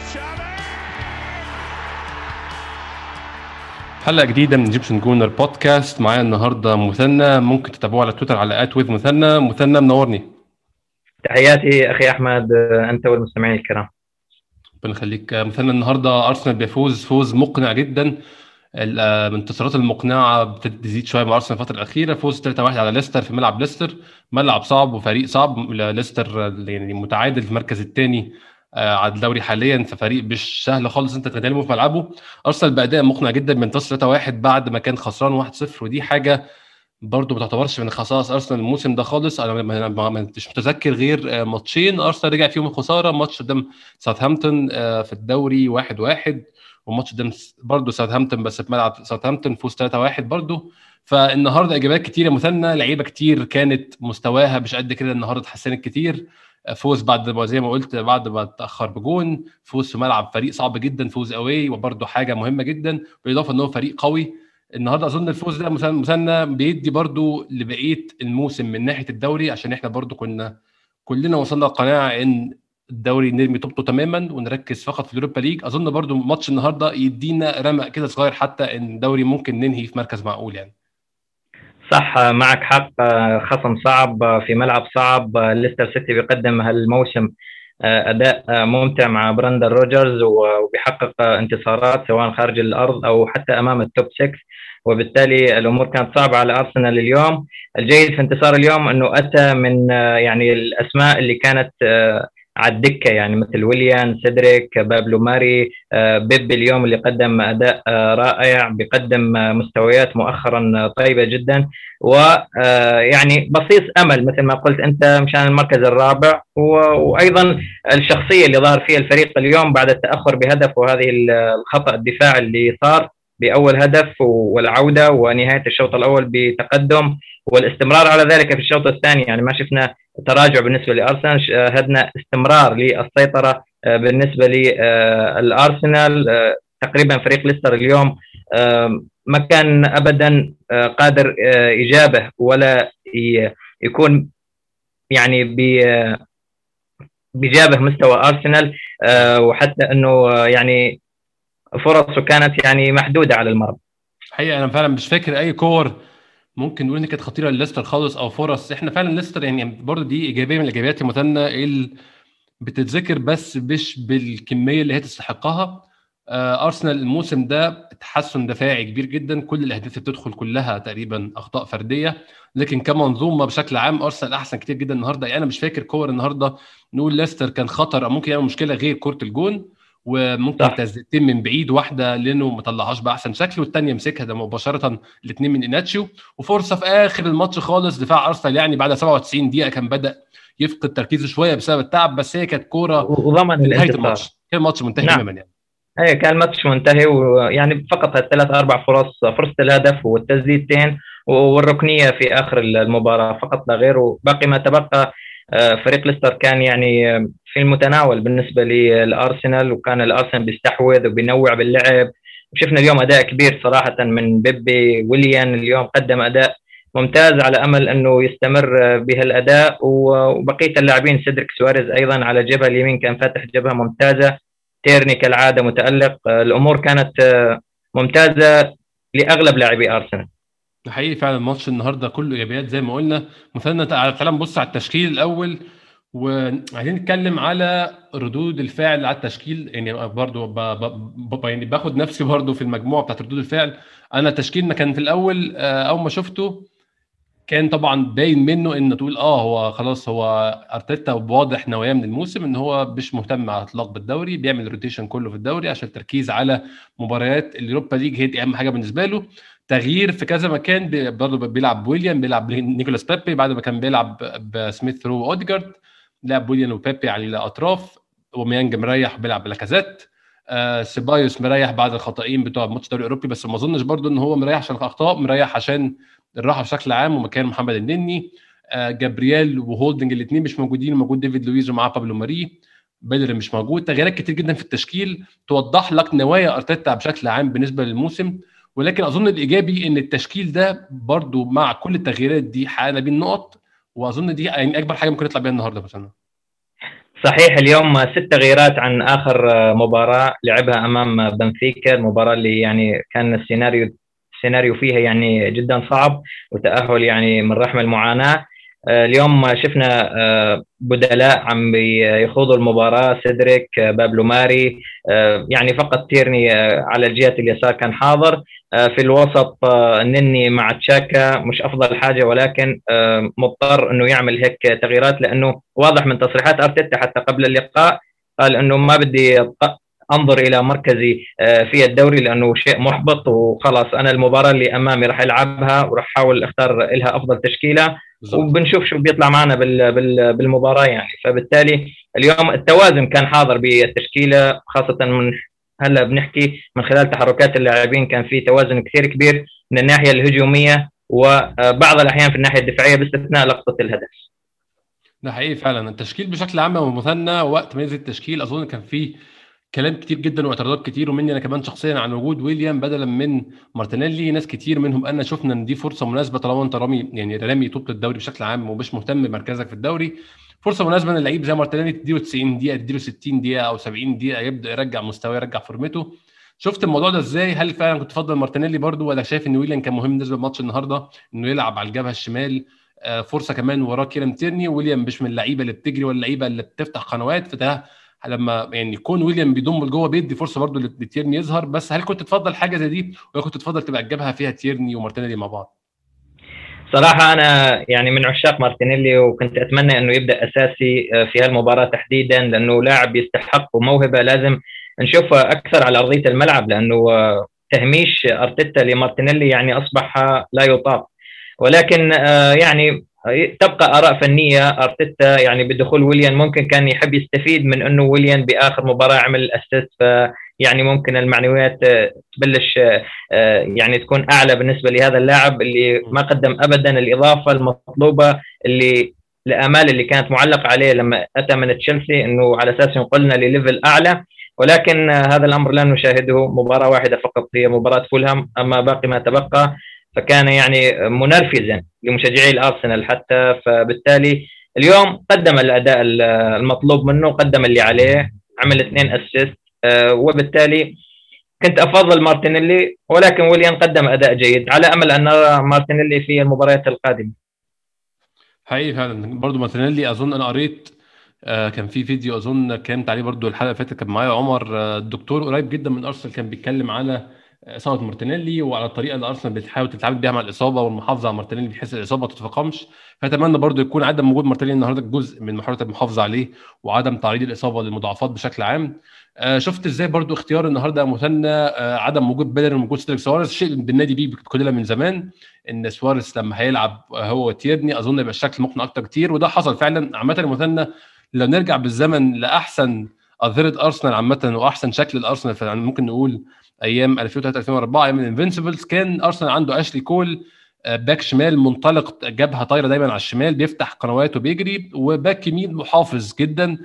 حلقة جديدة من ايجيبشن جونر بودكاست. معايا النهاردة مثنى، ممكن تتابعوه على تويتر على @مثنى. منورني. تحياتي أخي أحمد، أنت والمستمعين الكرام. بنخليك مثنى. النهاردة أرسنال بيفوز فوز مقنع جدا. الانتصارات المقنعة بتزيد شوية مع أرسنال الفترة الأخيرة. فوز 3-1 على ليستر في ملعب ليستر، ملعب صعب وفريق صعب. ليستر يعني متعادل في المركز الثاني على الدوري حاليا، ففريق مش سهل خالص انت تغلبه في ملعبه. أرسنال بأداء مقنع جدا، بينتصر 3-1 بعد ما كان خسران 1-0، ودي حاجة برضه ما تعتبرش من خصائص ارسنال الموسم ده خالص. انا مش متذكر غير ماتشين ارسنال رجع فيهم الخساره: ماتش قدام ساوثهامبتون في الدوري 1-1، وماتش قدام برضه ساوثهامبتون بس في ملعب ساوثهامبتون فوز 3-1 برضه. فالنهارده اجابات كتير يا مثنى، لعيبه كتير كانت مستواها مش قد كده، النهارده اتحسنت كتير. فوز بعد ما زي ما قلت بعد ما اتاخر بجون، فوز في ملعب فريق صعب جدا، فوز قوي وبرده حاجه مهمه جدا، بالاضافه ان هو فريق قوي. النهارده اظن الفوز ده مثنى بيدي برضو لبقيه الموسم من ناحيه الدوري، عشان احنا برضو كلنا وصلنا للقناعه ان الدوري نرمي طوبته تماما ونركز فقط في اليوروبا ليج. اظن برضو ماتش النهارده يدينا رمق كده صغير حتى ان الدوري ممكن ننهي في مركز معقول يعني. صح، معك حق. خصم صعب في ملعب صعب. ليستر سيتي بيقدم هالموسم أداء ممتع مع براندر روجرز، وبيحقق انتصارات سواء خارج الأرض أو حتى أمام التوب 6، وبالتالي الأمور كانت صعبة على أرسنال اليوم. الجيد في انتصار اليوم أنه أتى من يعني الأسماء اللي كانت على الدكة، يعني مثل ويليان، سيدريك، بابلو ماري، بيب اليوم اللي قدم أداء رائع، بيقدم مستويات مؤخرا طيبة جدا، ويعني بصيص أمل مثل ما قلت أنت مشان المركز الرابع. وأيضا الشخصية اللي ظهر فيها الفريق اليوم بعد التأخر بهدف، وهذه الخطأ الدفاع اللي صار بأول هدف، والعودة ونهاية الشوط الأول بتقدم، والاستمرار على ذلك في الشوط الثاني. يعني ما شفنا تراجع بالنسبة لأرسنال، شاهدنا استمرار للسيطرة بالنسبة للأرسنال. تقريبا فريق ليستر اليوم ما كان أبدا قادر يجابه ولا يكون يعني بيجابه مستوى أرسنال، وحتى أنه يعني فرصه كانت يعني محدودة على المرمى. حقيقة انا فعلا مش فاكر اي كور ممكن نقول ان كانت خطيره لليستر خالص او فرص. احنا فعلا ليستر يعني برضه دي ايجابيه من الايجابيات المثنى اللي بتتذكر بس مش بالكميه اللي هي تستحقها. ارسنال الموسم ده تحسن دفاعي كبير جدا، كل الاهداف اللي بتدخل كلها تقريبا اخطاء فرديه، لكن كمنظومه بشكل عام ارسنال احسن كتير جدا النهارده. يعني انا مش فاكر كور النهارده نقول ليستر كان خطر او ممكن يعمل مشكله غير كره الجون، وممكن صح. تسديدتين من بعيد، واحده لانه ما طلعهاش باحسن شكل والثانيه مسكها ده مباشره الاثنين من اناتشيو، وفرصه في اخر الماتش خالص دفاع ارسنال يعني بعد 97 دقيقه كان بدا يفقد تركيزه شويه بسبب التعب، بس هي كانت كوره وضمن في نهايه الانتصار. الماتش، كان الماتش منتهي نعم، تماما يعني. اي كان الماتش منتهي، ويعني فقط الثلاث اربع فرص، فرصه الهدف والتسديدتين والركنيه في اخر المباراه فقط لا غير، وباقي ما تبقى فريق ليستر كان يعني في المتناول بالنسبه للارسنال، وكان الارسنال بيستحوذ وبينوع باللعب. شفنا اليوم اداء كبير صراحه من بيبي. ويليان اليوم قدم اداء ممتاز، على امل انه يستمر بهالاداء، وبقيه اللاعبين سيدريك سواريز ايضا على الجبهه اليمين كان فاتح جبهه ممتازه. تيرني كالعاده متالق. الامور كانت ممتازه لاغلب لاعبي ارسنال. حقيقي فعلا الماتش النهارده كله ايجابيات زي ما قلنا. مثلا تعالى نبص على التشكيل الاول، وعايزين نتكلم على ردود الفعل على التشكيل. يعني برضو يعني باخد نفسي برضو في المجموعه بتاعت ردود الفعل. انا التشكيل ما كان في الاول اول ما شفته كان طبعا باين منه ان تقول هو خلاص، هو ارتيتا واضح نواياه من الموسم ان هو مش مهتم على الاطلاق بالدوري، بيعمل روتيشن كله في الدوري عشان التركيز على مباريات اليوروبا ليج، هي دي اهم حاجه بالنسبه له. تغيير في كذا مكان، برضه بيلعب ويليام، بيلعب نيكولاس بيبي بعد ما كان بيلعب بسميث رو واوديجارد، لعب ويليام وبيبي على الاطراف، وميانج مريح بيلعب بلاكازيت. سيبايوس مريح بعد الخطأين بتوع ماتش الدوري الاوروبي، بس ما اظنش برضه ان هو مريح عشان الاخطاء، مريح عشان الراحه بشكل عام، ومكان محمد النني. جابرييل وهولدنج الاثنين مش موجودين، موجود ديفيد لويز ومعاه بابلو ماري. بيلر مش موجود. تغييرات كتير جدا في التشكيل توضح لك نوايا ارتيتا بشكل عام بالنسبه للموسم. ولكن اظن الايجابي ان التشكيل ده برضو مع كل التغييرات دي حققنا بيه النقط، واظن دي يعني اكبر حاجه ممكن نطلع بيها النهارده مثلا. صحيح، اليوم 6 تغييرات عن آخر مباراة لعبها أمام بنفيكا، المباراة اللي يعني كان السيناريو فيها يعني جدا صعب، وتأهل يعني من رحم المعاناة. اليوم شفنا بدلاء عم يخوضوا المباراة، سيدريك، بابلو ماري، يعني فقط تيرني على الجهة اليسار كان حاضر. في الوسط نني مع تشاكا مش أفضل حاجة، ولكن مضطر أنه يعمل هيك تغييرات، لأنه واضح من تصريحات أرتيتا حتى قبل اللقاء قال أنه ما بدي انظر الى مركزي في الدوري لانه شيء محبط، وخلاص انا المباراه اللي امامي راح العبها وراح احاول اختار لها افضل تشكيله، بالظبط. وبنشوف شو بيطلع معنا بالمباراه يعني. فبالتالي اليوم التوازن كان حاضر بالتشكيله، خاصه من هلا بنحكي من خلال تحركات اللاعبين كان في توازن كثير كبير من الناحيه الهجوميه وبعض الاحيان في الناحيه الدفاعيه باستثناء لقطه الهدف. ده حقيقي فعلا التشكيل بشكل عام ومثنى، وقت ما نزل التشكيل اظن كان فيه كلام كتير جدا واعتراضات كتير، ومني انا كمان شخصيا عن وجود ويليام بدلا من مارتينيلي. ناس كتير منهم انا شفنا ان دي فرصه مناسبه طالما انت رامي يعني رامي طوبه الدوري بشكل عام ومش مهتم بمركزك في الدوري، فرصه مناسبه ان اللعيب زي مارتينيلي تديله 90 دقيقه، تديله 60 دقيقه او 70 دقيقه يبدا يرجع مستواه يرجع فورمته. شفت الموضوع ده ازاي؟ هل فعلا كنت تفضل مارتينيلي برضو، ولا شايف ان ويليام كان مهم بالنسبه لماتش النهارده انه يلعب على الجبهه الشمال؟ فرصه كمان وراه كيرم تيرني، ويليام مش من اللعيبه اللي بتجري ولا اللعيبه اللي بتفتح قنوات، فده لما يعني يكون ويليام بيضم لجوه بيدي فرصه برضو لتيرني يظهر. بس هل كنت تفضل حاجه زي دي، ولا كنت تفضل تبقى الجبهه فيها تيرني ومارتينيلي مع بعض؟ صراحة أنا يعني من عشاق مارتينيلي، وكنت أتمنى أنه يبدأ أساسي في هالمباراة تحديدا، لأنه لاعب يستحق وموهبة لازم نشوفها أكثر على أرضية الملعب، لأنه تهميش أرتيتا لمارتينيلي يعني أصبح لا يطاق. ولكن يعني تبقى آراء فنية. أرتيتا يعني بدخول ويليان ممكن كان يحب يستفيد من أنه ويليان بآخر مباراة عمل أسيست، يعني ممكن المعنويات تبلش يعني تكون اعلى بالنسبه لهذا اللاعب اللي ما قدم ابدا الاضافه المطلوبه اللي الامال اللي كانت معلقه عليه لما اتى من تشيلسي، انه على اساس ينقلنا لليفل اعلى. ولكن هذا الامر لا نشاهده. مباراه واحده فقط هي مباراه فولهام، اما باقي ما تبقى فكان يعني منرفزا لمشجعي الارسنال حتى. فبالتالي اليوم قدم الاداء المطلوب منه، قدم اللي عليه، عمل 2 اسيست، وبالتالي كنت افضل مارتينيلي، ولكن ويليان قدم اداء جيد، على امل ان نرى مارتينيلي في المباريات القادمه. حقيقي فعلا برضو مارتينيلي اظن انا قريت كان في فيديو اظن كانت عليه برضو الحلقه اللي فاتت، كان معايا عمر الدكتور قريب جدا من ارسنال، كان بيتكلم على اصابه مارتينيلي وعلى الطريقه اللي ارسنال بتحاول تتعامل بيها مع الاصابه والمحافظه على مارتينيلي بحيث الاصابه ما تتفاقمش. فاتمنى برضو يكون عدم وجود مارتينيلي النهارده جزء من محاوله المحافظه عليه وعدم تعريض الاصابه للمضاعفات بشكل عام. شفت ازاي برضو اختيار النهارده مثنى عدم وجود بيلر ووجود سيدريك سواريز، شيء بالنادي بيه كلنا من زمان ان سواريز لما هيلعب هو وتيرني اظن يبقى الشكل مقنع اكتر كتير، وده حصل فعلا. عامه المثنى لو نرجع بالزمن لاحسن اظهره ارسنال عامه واحسن شكل الارسنال، فيعني ممكن نقول ايام 2003 2004 ايام الانفنسبلز، كان ارسنال عنده اشلي كول باك شمال منطلق، جبهه طايره دايما على الشمال بيفتح قنوات وبيجري، وباك يمين محافظ جدا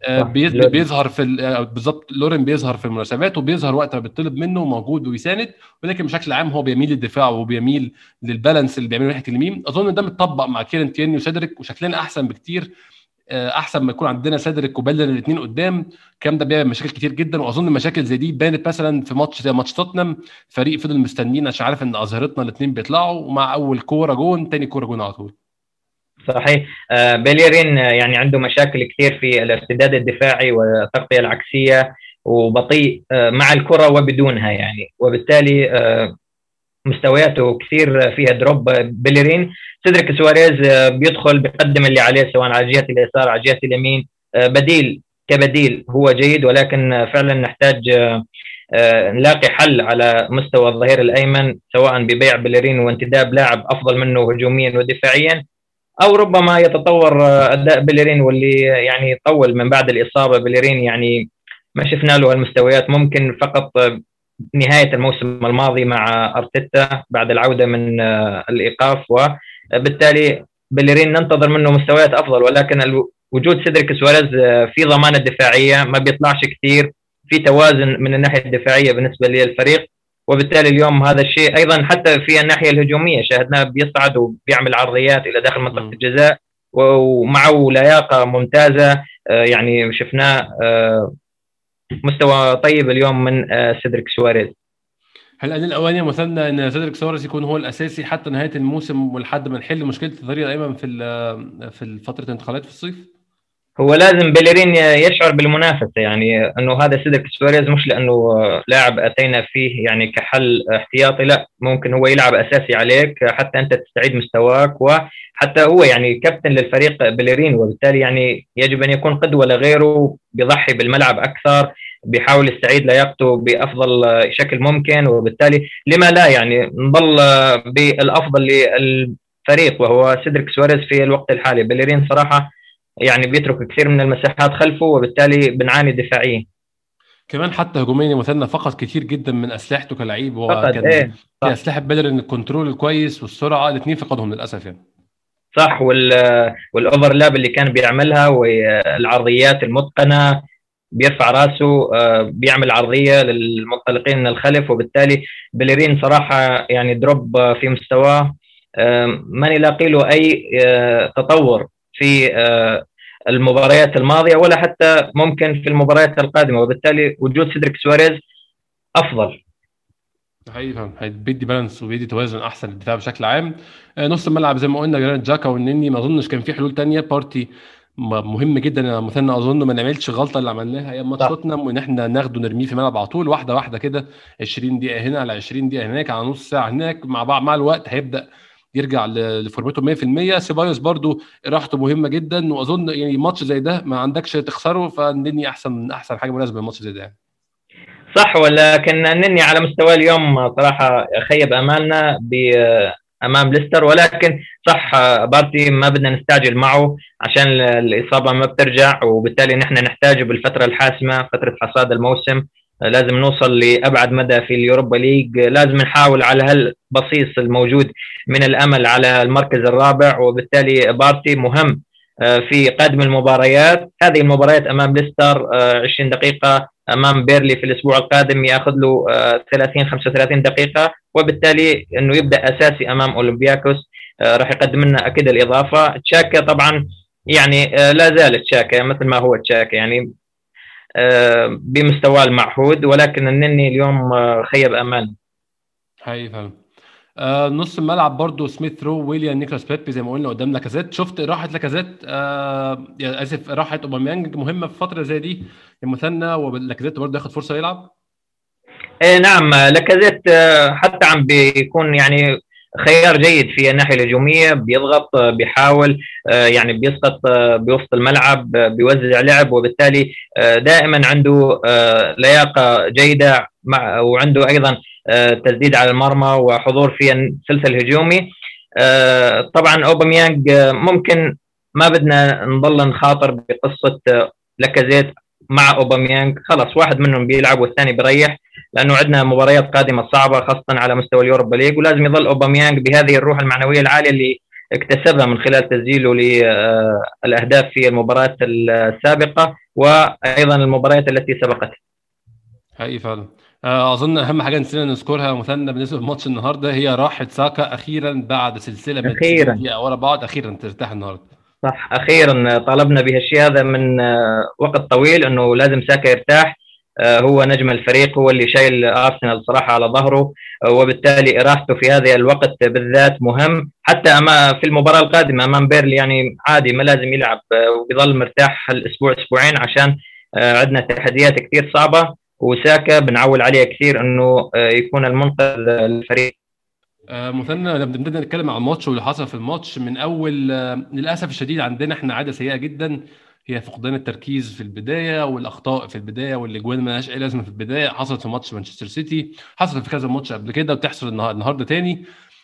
بيظهر في بالظبط لورين بيظهر في المناسبات وبيظهر وقت ما بيطلب منه موجود ويساند، ولكن بشكل عام هو بيميل للدفاع وبيميل للبالانس اللي بيعمله ناحيه اليمين. اظن ده متطبق مع كيرن تيرني وسيدريك وشكلنا احسن بكتير، احسن ما يكون عندنا سيدريك وبيلر الاثنين قدام. الكلام ده بيعمل مشاكل كتير جدا، واظن مشاكل زي دي بانت مثلا في ماتش زي ماتش توتنهام، فريق فضل مستنيين عشان عارف ان اظهرتنا الاثنين بيطلعوا، ومع اول كوره جون تاني كوره جون على طول. صحيح. بيليرين يعني عنده مشاكل كثير في الارتداد الدفاعي والتغطيه العكسيه، وبطيء مع الكره وبدونها يعني، وبالتالي مستوياته كثير فيها دروب. بيليرين سيدريك سواريز بيدخل بيقدم اللي عليه سواء على جهه اليسار على جهه اليمين، بديل كبديل هو جيد، ولكن فعلا نحتاج نلاقي حل على مستوى الظهير الايمن، سواء ببيع بيليرين وانتداب لاعب افضل منه هجوميا ودفاعيا، او ربما يتطور اداء بيليرين واللي يعني يطول من بعد الاصابه. بيليرين يعني ما شفنا له المستويات، ممكن فقط نهايه الموسم الماضي مع ارتيتا بعد العوده من الايقاف، وبالتالي بيليرين ننتظر منه مستويات افضل. ولكن وجود سيدريك سواريز في ضمانه الدفاعيه، ما بيطلعش كثير، في توازن من الناحيه الدفاعيه بالنسبه للفريق، وبالتالي اليوم هذا الشيء ايضا حتى في الناحيه الهجوميه شاهدناه بيصعد وبيعمل عرضيات الى داخل منطقه الجزاء ومعه لياقه ممتازه. يعني شفناه مستوى طيب اليوم من سيدريك سواريز. هل الآن الأوانية مثلنا إن سيدريك سواريز يكون هو الأساسي حتى نهاية الموسم ولحد ما نحل مشكلة الظهير الأيمن في فترة الانتقالات في الصيف؟ هو لازم بيليرين يشعر بالمنافسة، يعني أنه هذا سيدريك سواريز مش لأنه لاعب أتينا فيه يعني كحل احتياطي، لا، ممكن هو يلعب أساسي عليك حتى أنت تستعيد مستواك، وحتى هو يعني كابتن للفريق بيليرين، وبالتالي يعني يجب أن يكون قدوة لغيره، بيضحي بالملعب أكثر، بيحاول يستعيد لياقته بأفضل شكل ممكن، وبالتالي لما لا يعني نظل بالأفضل للفريق وهو سيدريك سواريز في الوقت الحالي. بيليرين صراحة يعني بيترك كثير من المساحات خلفه، وبالتالي بنعاني دفاعيا. كمان حتى هجوميا مثلنا فقد كتير جدا من أسلحته كلاعب. هو فقد كان ايه. في صح. أسلحة بدل إن الكنترول الكويس والسرعة الاثنين فقدهم للأسف يعني. صح، والاوفرلاب اللي كان بيعملها والعرضيات المتقنه، بيرفع راسه بيعمل عرضيه للمنطلقين من الخلف، وبالتالي بليرين صراحه يعني دروب في مستواه، ما نلاقي له اي تطور في المباريات الماضيه ولا حتى ممكن في المباريات القادمه، وبالتالي وجود سيدريك سواريز افضل. حقيقي فعلا بيدي بالانس وبيدي توازن احسن للدفاع بشكل عام. نص الملعب زي ما قلنا جرانيت جاكا والنني، ما اظنش كان في حلول تانية. بارتي مهم جدا يا مثنى، اظن ما نعملش غلطه اللي عملناها ايام ماتش صح. توتنهام، وان احنا ناخده نرميه في الملعب على طول واحده واحده كده، 20 دقيقه هنا على 20 دقيقه هناك على نص ساعه هناك، مع بعض مع الوقت هيبدا يرجع لفورمته 100%. سيبايوس برضو راحته مهمه جدا، واظن يعني ماتش زي ده ما عندكش تخسره، فالنني احسن حاجه مناسبه للماتش زي ده يعني. صح، ولكن نني على مستوى اليوم صراحة خيب أمالنا أمام ليستر، ولكن صح بارتي ما بدنا نستعجل معه عشان الإصابة ما بترجع، وبالتالي نحن نحتاجه بالفترة الحاسمة، فترة حصاد الموسم. لازم نوصل لأبعد مدى في اليوروبا ليج، لازم نحاول على هالبصيص الموجود من الأمل على المركز الرابع، وبالتالي بارتي مهم في قادم المباريات. هذه المباريات أمام ليستر 20 دقيقة، امام بيرلي في الاسبوع القادم ياخذ له 30 35 دقيقه، وبالتالي انه يبدا اساسي امام اولمبياكوس راح يقدم لنا اكيد الاضافه. تشاكا طبعا يعني لا زال تشاكا مثل ما هو تشاكا يعني بمستواه المعهود، ولكن النني اليوم خيب امال. حقيقي فعلا. نص الملعب برضو سميث رو ويليام نيكلاس بيبي زي ما قلنا قدام لاكازيت. شفت راحه لاكازيت، يا اسف راحه اوباميانج مهمه في فتره زي دي المثنى، ولاكازيت برضو ياخد فرصه يلعب. ايه نعم، لاكازيت حتى عم بيكون يعني خيار جيد في الناحيه الهجوميه، بيضغط بيحاول يعني بيسقط بوسط الملعب بيوزع لعب، وبالتالي دائما عنده لياقه جيده وعنده ايضا تسديد على المرمى وحضور في الثلث الهجومي. طبعا اوباميانج ممكن ما بدنا نضل نخاطر بقصه لاكازيت مع اوباميانج، خلص واحد منهم بيلعب والثاني بيريح، لانه عندنا مباريات قادمه صعبه خاصه على مستوى اليوروبا ليج، ولازم يظل اوباميانج بهذه الروح المعنويه العاليه اللي اكتسبها من خلال تسجيله للاهداف في المباريات السابقه وايضا المباريات التي سبقت. حقيقي فعلا. اظن اهم حاجه نسينا نذكرها مثنى بالنسبه لماتش النهارده هي راحه ساكا اخيرا بعد سلسله من 90 اخيرا. دقيقه ورا بعض، اخيرا ترتاح النهارده. صح، اخيرا طالبنا بهالشيء هذا من وقت طويل، انه لازم ساكا يرتاح. هو نجم الفريق، هو اللي شايل ارسنال صراحه على ظهره، وبالتالي اراحته في هذا الوقت بالذات مهم، حتى في المباراه القادمه امام بيرلي يعني عادي ما لازم يلعب وبيظل مرتاح الاسبوع اسبوعين، عشان عندنا تحديات كثير صعبه، وساكا بنعول عليه كثير انه يكون المنقذ للفريق. مثنى لما بنبدا نتكلم عن الماتش واللي حصل في الماتش من اول، للاسف الشديد عندنا احنا عاده سيئه جدا، هي فقدان التركيز في البدايه والاخطاء في البدايه والاجوان ما لهاش اي لازمه في البدايه. حصلت في ماتش مانشستر سيتي، حصلت في كذا ماتش قبل كده، وبتحصل النهارده تاني.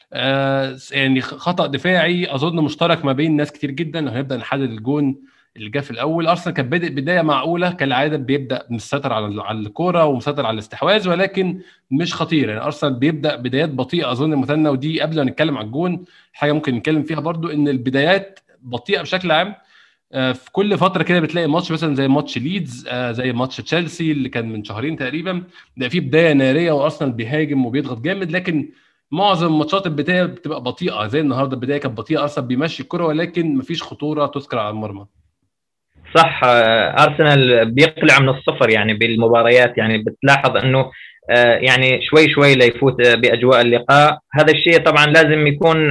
يعني خطأ دفاعي اظن مشترك ما بين ناس كتير جدا. هنبدا نحدد الجون اللي جه في الاول. ارسنال كان بادئ بدايه معقوله كالعاده، بيبدا مسيطر على الكوره ومسيطر على الاستحواذ، ولكن مش خطير. يعني ارسنال بيبدا بدايات بطيئه اظن مثنى، ودي قبل ما نتكلم على الجون حاجه ممكن نتكلم فيها برضو، ان البدايات بطيئه بشكل عام. في كل فتره كده بتلاقي ماتش مثلا زي ماتش ليدز، زي ماتش تشيلسي اللي كان من شهرين تقريبا، ده في بدايه ناريه وارسنال بيهاجم وبيضغط جامد، لكن معظم ماتشات البدايه بتبقى بطيئه. زي النهارده البدايه كانت بطيئه، ارسنال بيمشي الكره ولكن مفيش خطوره تذكر على المرمى. صح. ارسنال بيقلع من الصفر يعني بالمباريات، يعني بتلاحظ انه يعني شوي شوي ليفوت باجواء اللقاء. هذا الشيء طبعا لازم يكون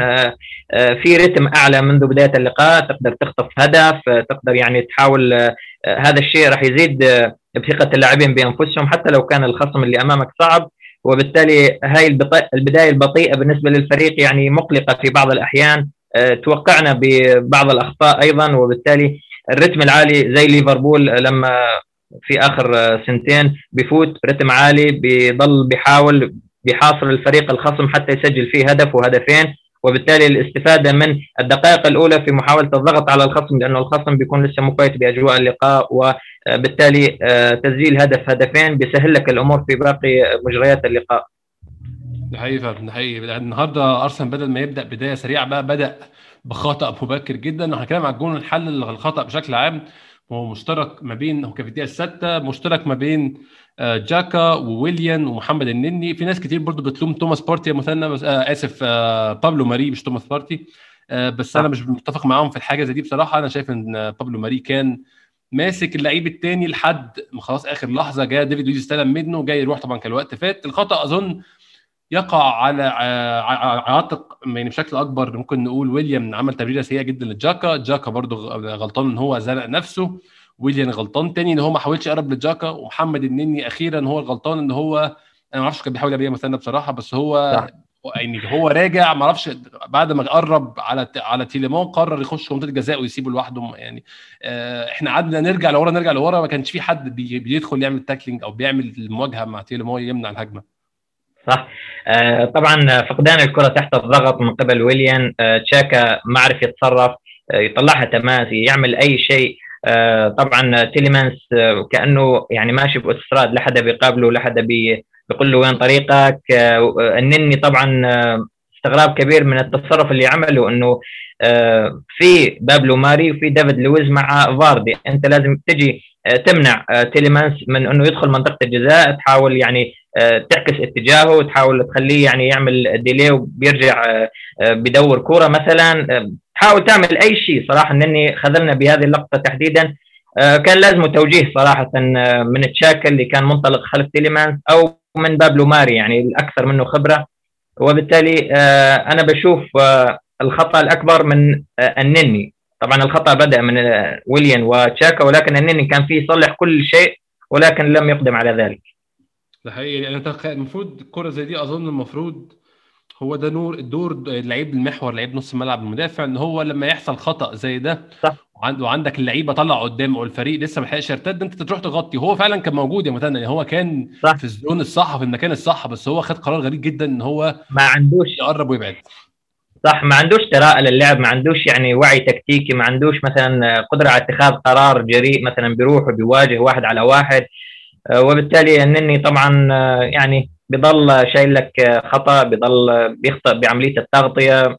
في رتم اعلى منذ بدايه اللقاء، تقدر تخطف هدف، تقدر يعني تحاول هذا الشيء راح يزيد بثقه اللاعبين بانفسهم حتى لو كان الخصم اللي امامك صعب. وبالتالي هاي البدايه البطيئه بالنسبه للفريق يعني مقلقه في بعض الاحيان، توقعنا ببعض الاخطاء ايضا. وبالتالي الرتم العالي زي ليفربول لما في اخر سنتين بيفوت رتم عالي، بيضل بيحاول بيحاصر الفريق الخصم حتى يسجل فيه هدف وهدفين، وبالتالي الاستفاده من الدقائق الاولى في محاوله الضغط على الخصم، لانه الخصم بيكون لسه مفايت باجواء اللقاء، وبالتالي تسجيل هدف هدفين بيسهل لك الامور في باقي مجريات اللقاء. ده حقيقي فعلا، ده حقيقي. النهارده ارسنال بدل ما يبدا بدايه سريعه بقى بدا بخطا مبكر جدا. واحنا كلام على الجون الحل الخطا بشكل عام هو مشترك ما بين، هو كان في الدقيقه السادسه مشترك ما بين جاكا وويليان ومحمد النني. في ناس كتير برضو بتلوم توماس بارتي مثلا، بس اسف بابلو ماري مش توماس بارتي. بس انا مش متفق معاهم في الحاجه زي دي بصراحه. انا شايف ان بابلو ماري كان ماسك اللعيب الثاني لحد ما خلاص اخر لحظه، جاء ديفيد لويس استلم منه جاي يروح، طبعا كان الوقت فات. الخطا اظن يقع على عاتق يعني بشكل اكبر. ممكن نقول ويليام عمل تمريره سيئه جدا لجاكا، جاكا برضو غلطان ان هو زنق نفسه، ويليام غلطان تاني ان هو ما حاولش يقرب لجاكا، ومحمد النني اخيرا هو الغلطان ان هو، انا ما اعرفش كان بيحاول يبيع مثلا بصراحه، بس هو صح. يعني هو راجع ما اعرفش بعد ما قرب على تيليمون قرر يخش منطقه الجزاء ويسيبه لوحده يعني. احنا قعدنا نرجع لورا نرجع لورا، ما كانش في حد بيدخل يعمل تاكلينج او بيعمل المواجهه مع تيليمون يمنع الهجمه. صح. طبعا فقدان الكرة تحت الضغط من قبل ويليان، تشاكا ما عرف يتصرف، يطلعها تماسي يعمل أي شيء. طبعا تيليمانس كأنه يعني ماشي بأوتوستراد، لا حدا بيقابله، لا حدا بيقول له وين طريقك. النني طبعا استغراب كبير من التصرف اللي عمله، انه في بابلو ماري وفي ديفيد لويز مع فاردي، انت لازم تجي تمنع تيليمانس من انه يدخل منطقه الجزاء، تحاول يعني تعكس اتجاهه وتحاول تخليه يعني يعمل ديلي وبيرجع بدور كوره مثلا، تحاول تعمل اي شيء. صراحه انني خذلنا بهذه اللقطه تحديدا. كان لازم توجيه صراحه من تشاكا اللي كان منطلق خلف تيليمانس، او من بابلو ماري يعني الاكثر منه خبره. وبالتالي انا بشوف الخطا الاكبر من النني. طبعا الخطا بدا من ويليان وتشاكا، ولكن النني كان فيه يصلح كل شيء ولكن لم يقدم على ذلك. ده حقيقي. يعني انت المفروض الكره زي دي اظن المفروض هو ده الدور لعيب المحور، لعيب نص الملعب المدافع، ان هو لما يحصل خطا زي ده صح. وعندك اللعيبه طلع قدام او الفريق لسه ما لحقش يرتد، انت تروح تغطي. هو فعلا كان موجود يا مثلا، يعني هو كان صح. في الزون الصح في المكان الصح، بس هو خد قرار غريب جدا ان هو ما عندوش. يقرب ويبعد. صح، ما عندوش قراءة للعب، ما عندوش يعني وعي تكتيكي، ما عندوش مثلا قدرة على اتخاذ قرار جريء، مثلا بيروح وبيواجه واحد على واحد. وبالتالي النني طبعا يعني بيضل شايل لك خطأ، بيضل بيخطئ بعملية التغطية.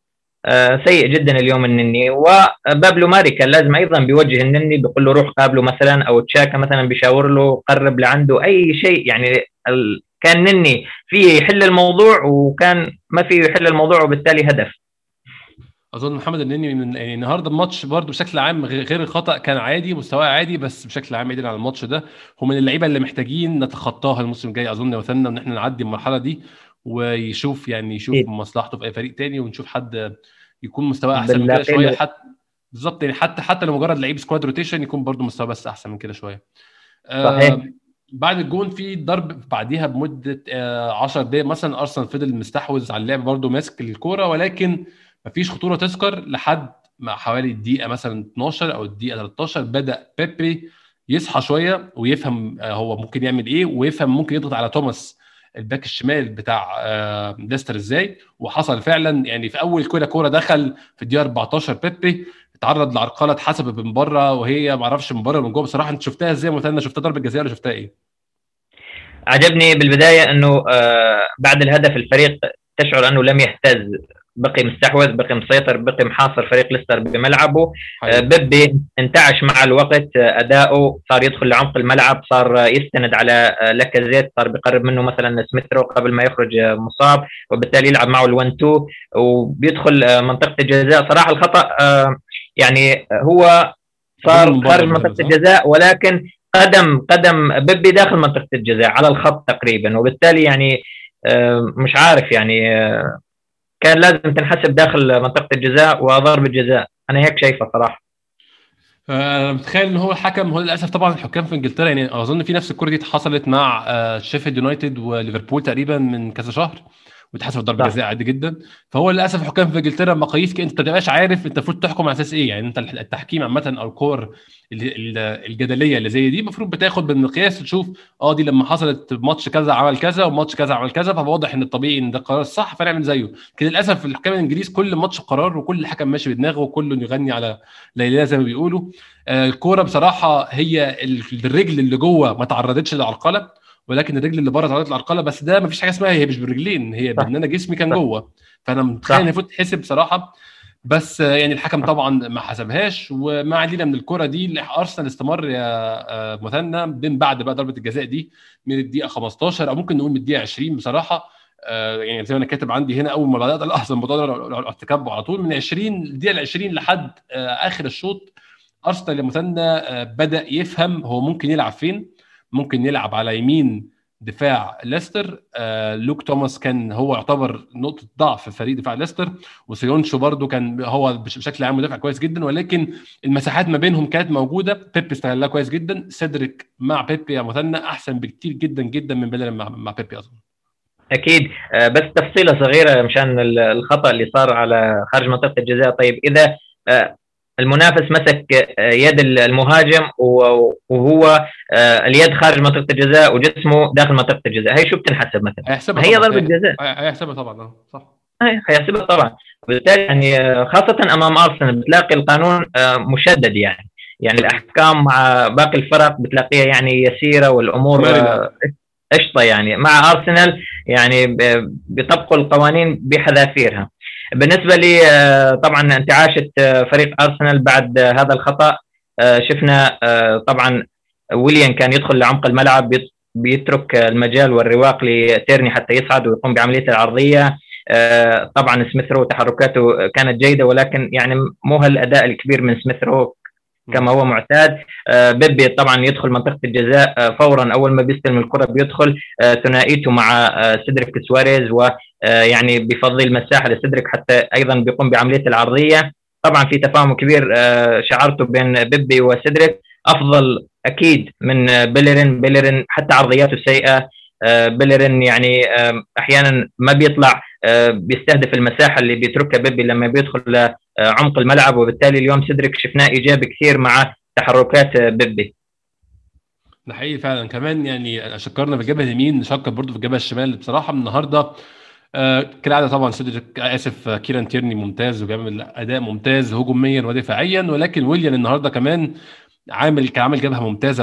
سيء جدا اليوم النني. وبابلو ماري كان لازم ايضا بيوجه النني، بيقول له روح قابله مثلا، او تشاكا مثلا بيشاور له قرب لعنده اي شيء يعني. كان نني فيه يحل الموضوع وكان ما فيه يحل الموضوع، وبالتالي هدف. اظن محمد النني من يعني النهارده الماتش برده بشكل عام غير الخطا كان عادي، مستواه عادي، بس بشكل عام بعيد عن الماتش ده هو من اللعيبه اللي محتاجين نتخطاها الموسم الجاي. اظن وصلنا ان احنا نعدي المرحله دي ويشوف يعني يشوف مصلحته في اي فريق تاني، ونشوف حد يكون مستواه احسن من كده شويه. حتى بالظبط يعني حتى لو مجرد لعيب سكواد روتيشن يكون برده مستواه بس احسن من كده شويه. صحيح. بعد الجون في ضرب بعديها بمده 10 دقائق مثلا، ارسنال فضل مستحوذ على اللعب برده ماسك الكوره، ولكن مفيش خطوره تذكر لحد مع حوالي الدقيقه مثلا 12 او الدقيقه 13 بدا بيبري يصحى شويه ويفهم هو ممكن يعمل ايه، ويفهم ممكن يضغط على توماس الباك الشمال بتاع ليستر ازاي. وحصل فعلا يعني في اول كوره دخل في الدقيقه 14 بيبري اتعرض لعرقله اتحسبت من بره، وهي ما اعرفش من بره من جوه بصراحه. انت شفتها ازاي مثلا؟ شفتها ضربه جزاء ولا شفتها ايه؟ عجبني بالبدايه انه بعد الهدف الفريق تشعر انه لم يهتز، بقي مستحوذ، بقي مسيطر، بقي محاصر فريق ليستر بملعبه. بيبي انتعش مع الوقت، اداؤه صار يدخل لعمق الملعب، صار يستند على لاكازيت، صار بيقرب منه مثلا سميثرو قبل ما يخرج مصاب، وبالتالي يلعب معه ال1-2 وبيدخل منطقه الجزاء. صراحه الخطا يعني هو اظن صار من بره خارج المدرب، منطقة صح؟ الجزاء، ولكن قدم بيبي داخل منطقة الجزاء على الخط تقريبا، وبالتالي يعني مش عارف يعني كان لازم تنحسب داخل منطقة الجزاء وضربة جزاء. أنا هيك شايفه صراحة. انا متخيل ان هو الحكم، هو للاسف طبعا الحكام في انجلترا، يعني اظن في نفس الكره دي حصلت مع شيفيلد يونايتد وليفربول تقريبا من كذا شهر، واتحسب ضربه صح جزاء عادي جدا. فهو للاسف الحكام في انجلترا مقاييس انت ما تبقاش عارف انت المفروض تحكم على اساس ايه. يعني انت التحكيم عامه او الكور الجدليه اللي زي دي المفروض بتاخد بالمقياس تشوف دي لما حصلت ماتش كذا عمل كذا وماتش كذا عمل كذا، فواضح ان الطبيعي ان ده قرار صح فنعمل زيه. لكن للاسف الحكام الانجليز كل ماتش قرار، وكل حكم ماشي بدماغه وكله يغني على ليلى زي ما بيقولوا. الكوره بصراحه هي الرجل اللي جوه ما تعرضتش للعرقله، ولكن الرجل اللي بره تعرضت للعرقله. بس ده ما فيش حاجه اسمها، هي مش بالرجلين، هي صح بان انا جسمي كان صح جوه. فانا متخيل ان صح. المفروض تحسب بصراحه. بس يعني الحكم طبعا ما حسبهاش، وما علينا من الكره دي. اللي ارسنال استمر يا مثنى من بعد بقى ضربه الجزاء دي من الدقيقه 15 او ممكن نقول من الدقيقه 20 بصراحه. يعني زي ما انا كاتب عندي هنا، اول ما بدات الاحظ الموضوع ده ارتكابه على طول من 20 الدقيقه 20 لحد اخر الشوط. ارسنال يا مثنى بدا يفهم هو ممكن يلعب فين. ممكن يلعب على يمين دفاع ليستر. لوك توماس كان هو يعتبر نقطه ضعف في فريق دفاع ليستر، وسيونشو برضو كان هو بشكل عام مدافع كويس جدا، ولكن المساحات ما بينهم كانت موجوده. بيبي استغلها كويس جدا. سيدريك مع بيبي يا مثنى احسن بكتير جدا جدا من بيلر مع بيبي اظن. أكيد. بس تفصيلة صغيرة مشان الخطأ اللي صار على خارج منطقة الجزاء. طيب إذا آه، المنافس مسك يد المهاجم وهو اليد خارج منطقة الجزاء وجسمه داخل منطقة الجزاء، هي شو بتنحسب مثلا؟ هيحسبها ما هي طبعا، ضربة جزاء. هيحسبها طبعا، صح. هيحسبها طبعا. وبالتالي يعني خاصة أمام أرسنال بتلاقي القانون مشدد يعني. يعني الأحكام مع باقي الفرق بتلاقيها يعني يسيرة، والأمور مرنه. قشطة. يعني مع أرسنال يعني بيطبقوا القوانين بحذافيرها. بالنسبة لي طبعا انتعاشة فريق أرسنال بعد هذا الخطأ. شفنا طبعا ويليان كان يدخل لعمق الملعب، بيترك المجال والرواق لتيرني حتى يصعد ويقوم بعملية العرضية. طبعا سميثرو تحركاته كانت جيدة، ولكن يعني مو هالأداء الكبير من سميثرو كما هو معتاد. بيبي طبعا يدخل منطقة الجزاء فورا أول ما بيستلم الكرة بيدخل. ثنائيته مع سيدريك سواريز، ويعني بيفضي المساحة لسيدريك حتى أيضا بيقوم بعملية العرضية. طبعا في تفاهم كبير شعرته بين بيبي وسيدريك، أفضل أكيد من بيلرين حتى عرضياته سيئة. بيلرين يعني أحيانا ما بيطلع بيستهدف المساحة اللي بيتركها بيبي لما بيدخل عمق الملعب. وبالتالي اليوم سيدريك شفناه إيجابي كثير مع تحركات بيبي. ده حقيقي فعلا. كمان يعني شكرنا في الجبهه اليمين، نشكر برضو في الجبهه الشمال بصراحه من النهارده. كالعاده طبعا سيدريك كيران تيرني ممتاز وبيعمل اداء ممتاز هجوميا ودفاعيا، ولكن ويليان النهارده كمان كان عامل جبهه ممتازه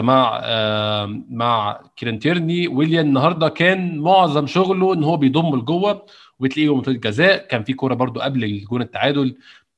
مع كيران تيرني. ويليان النهارده كان معظم شغله ان هو بيضم لجوه، وتلاقيه منطقه الجزاء. كان في كوره برضو قبل الجون التعادل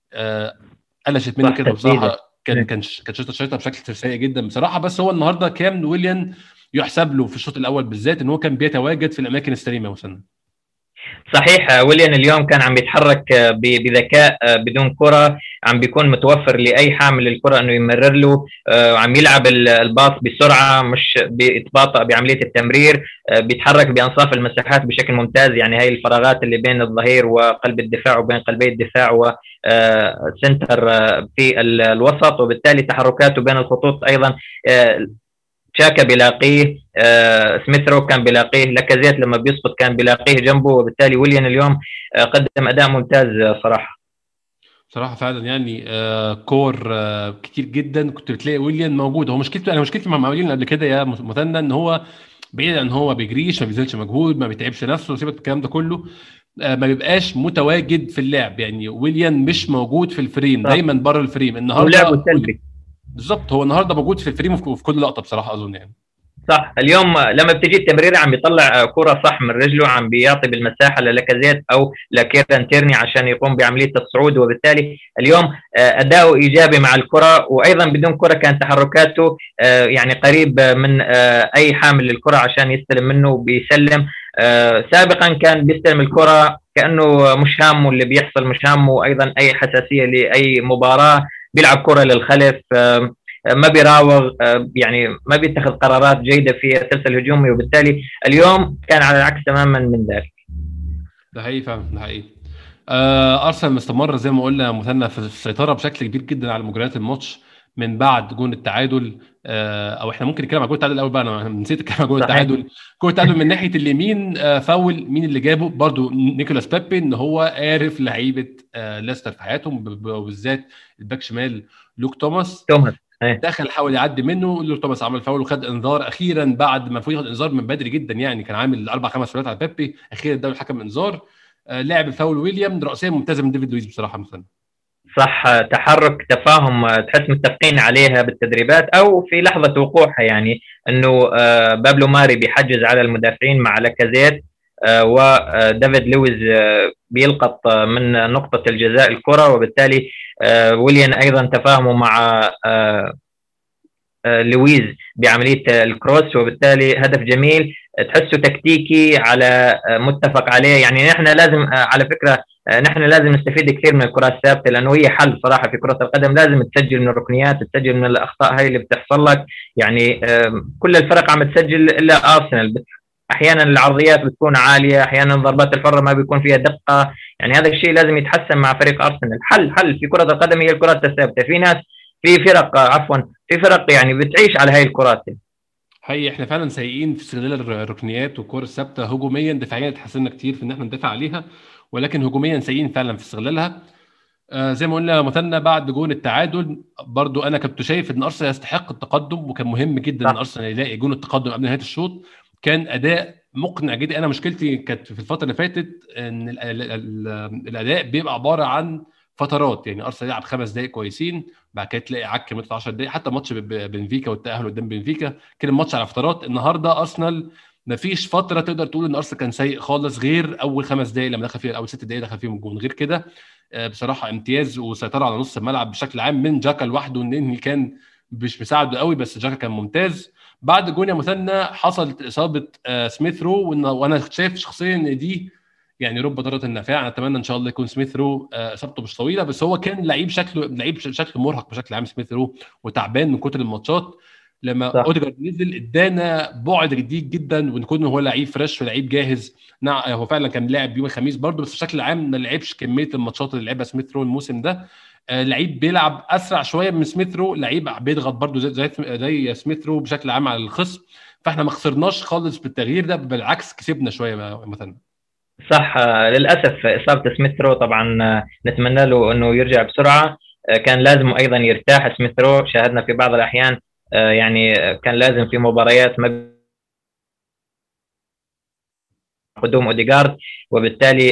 قلشت منه صح كده تسديدة. بصراحه. كان شايطها بشكل سيء جدا بصراحه. بس هو النهارده كان ويليان يحسب له في الشوط الاول بالذات ان هو كان بيتواجد في الاماكن السليمه وسنة. صحيح. ويليان اليوم كان عم بيتحرك بذكاء بدون كرة، عم بيكون متوفر لأي حامل الكرة أنه يمرر له. عم يلعب الباص بسرعة، مش بيتباطأ بعملية التمرير. بيتحرك بأنصاف المساحات بشكل ممتاز. يعني هاي الفراغات اللي بين الظهير وقلب الدفاع وبين قلبي الدفاع وسنتر في الوسط، وبالتالي تحركاته بين الخطوط أيضا شاكا بيلاقيه. سميثرو كان بيلاقيه. لاكازيت لما بيسقط كان بيلاقيه جنبه. وبالتالي ويليان اليوم قدم اداء ممتاز صراحه فعلا يعني كور كتير جدا كنت بتلاقي ويليان موجود. هو مشكلته، انا مشكلتي مع ويليان قبل كده يا مثنى ان هو بعيد عن هو بيجريش، ما بيبذلش مجهود، ما بيتعبش نفسه، سيبك الكلام ده كله. ما بيبقاش متواجد في اللعب. يعني ويليان مش موجود في الفريم، صح. دايما بره الفريم. ولعبه النهارده سلبي. بالظبط هو النهارده موجود في الفريم وفي كل لقطه بصراحه اظن يعني. صح. اليوم لما بتجي التمريره عم بيطلع كره صح من رجله، عم بيعطي بالمساحه للاكازيت او لكيران تيرني عشان يقوم بعمليه الصعود. وبالتالي اليوم اداؤه ايجابي مع الكره، وايضا بدون كره كان تحركاته يعني قريب من اي حامل للكره عشان يستلم منه وبيسلم. سابقا كان بيستلم الكره كانه مش هامه اللي بيحصل، مش هامه ايضا اي حساسيه لاي مباراه، بيلعب كره للخلف. ما بيراوغ، يعني ما بيتخذ قرارات جيده في الثلث الهجومي، وبالتالي اليوم كان على العكس تماما من ذلك. ده حقيقي فعلا، ده حقيقي. ارسنال مستمر زي ما قلنا مثنى في السيطره بشكل كبير جدا على مجريات الماتش من بعد جون التعادل. او احنا ممكن نتكلم عن جون التعادل الاول بقى، انا نسيت اتكلم عن جون صحيح. التعادل. جون التعادل من ناحيه اليمين، فاول مين اللي جابه؟ برضو نيكولاس بيبي، ان هو عارف لعيبه ليستر في حياتهم، وبالذات الباك شمال لوك توماس. توماس. إيه. دخل حاول يعدي منه، لوك توماس عمل فاول وخد انذار اخيرا، بعد ما المفروض ياخد انذار من بدري جدا، يعني كان عامل 4 5 فاولات على بيبي، اخيرا ادى الحكم انذار. لعب فاول ويليام، رأسية ممتازة من ديفيد لويس بصراحة مثلا. صح. تحرك، تفاهم، تحس متفقين عليها بالتدريبات او في لحظه وقوعها، يعني انه بابلو ماري بيحجز على المدافعين مع لاكازيت، وديفيد لويز بيلقط من نقطه الجزاء الكره، وبالتالي ويليام ايضا تفاهمه مع لويز بعمليه الكروس، وبالتالي هدف جميل تحسه تكتيكي على متفق عليه. يعني نحن لازم على فكره نحن لازم نستفيد كثير من الكرات الثابته، لانه هي حل صراحه في كره القدم. لازم تسجل من الركنيات، تسجل من الاخطاء هاي اللي بتحصل لك. يعني كل الفرق عم تسجل الا ارسنال. احيانا العرضيات بتكون عاليه، احيانا الضربات الحره ما بيكون فيها دقه. يعني هذا الشيء لازم يتحسن مع فريق ارسنال. حل في كره القدم هي الكرات الثابته. في ناس، في فرق عفوا، في فرق يعني بتعيش على هاي الكرات. هي احنا فعلا سيئين في استغلال الركنيات والكور الثابته هجوميا. دفاعيا اتحسنا كتير في ان احنا ندافع عليها، ولكن هجوميا سيئين فعلا في استغلالها. زي ما قلنا مثلنا بعد جون التعادل، برضو انا كنت شايف ان ارسنال يستحق التقدم، وكان مهم جدا ان صح. ارسنال يلاقي جون التقدم قبل نهايه الشوط. كان اداء مقنع جدا. انا مشكلتي كانت في الفتره اللي فاتت ان الاداء بيبقى عباره عن فترات، يعني ارسنال يلعب 5 دقائق كويسين، بعد كده تلاقي عك مثل 10 دقائق. حتى ماتش بنفيكا والتاهل قدام بنفيكا كان الماتش على فترات. النهارده ارسنال ما فيش فتره تقدر تقول ان ارسنال كان سيء خالص، غير اول 5 دقائق لما دخل فيها، اول 6 دقائق دخل فيهم الجون. غير كده بصراحه امتياز وسيطره على نص الملعب بشكل عام من جاكا لوحده، ان كان مش مساعده قوي، بس جاكا كان ممتاز. بعد جون يا مثنى حصلت اصابه سميث رو، وانا شايف شخصيا ان دي يعني رب ضاره النافعه. انا اتمنى ان شاء الله يكون سميث رو اصابته مش طويله، بس هو كان لعيب شكل مرهق بشكل عام سميث رو، وتعبان من كتر الماتشات. لما صح. اوديجارد نزل ادانا بعد جديد جدا، ونكون هو لعيب فريش ولعيب جاهز. نعم هو فعلا كان لاعب يوم الخميس برضه، بس بشكل عام ما لعبش كميه الماتشات اللي لعبها سميث رو الموسم ده. لعيب بيلعب اسرع شويه من سميث رو، لعيب بيضغط برضه زي سميث رو بشكل عام على الخصم. فاحنا ما خسرناش خالص بالتغيير ده، بالعكس كسبنا شويه مثلا. صح. للاسف اصابه سميث رو طبعا، نتمنى له انه يرجع بسرعه. كان لازم ايضا يرتاح سميث رو. شاهدنا في بعض الاحيان يعني كان لازم في مباريات ما قدوم اوديغارد، وبالتالي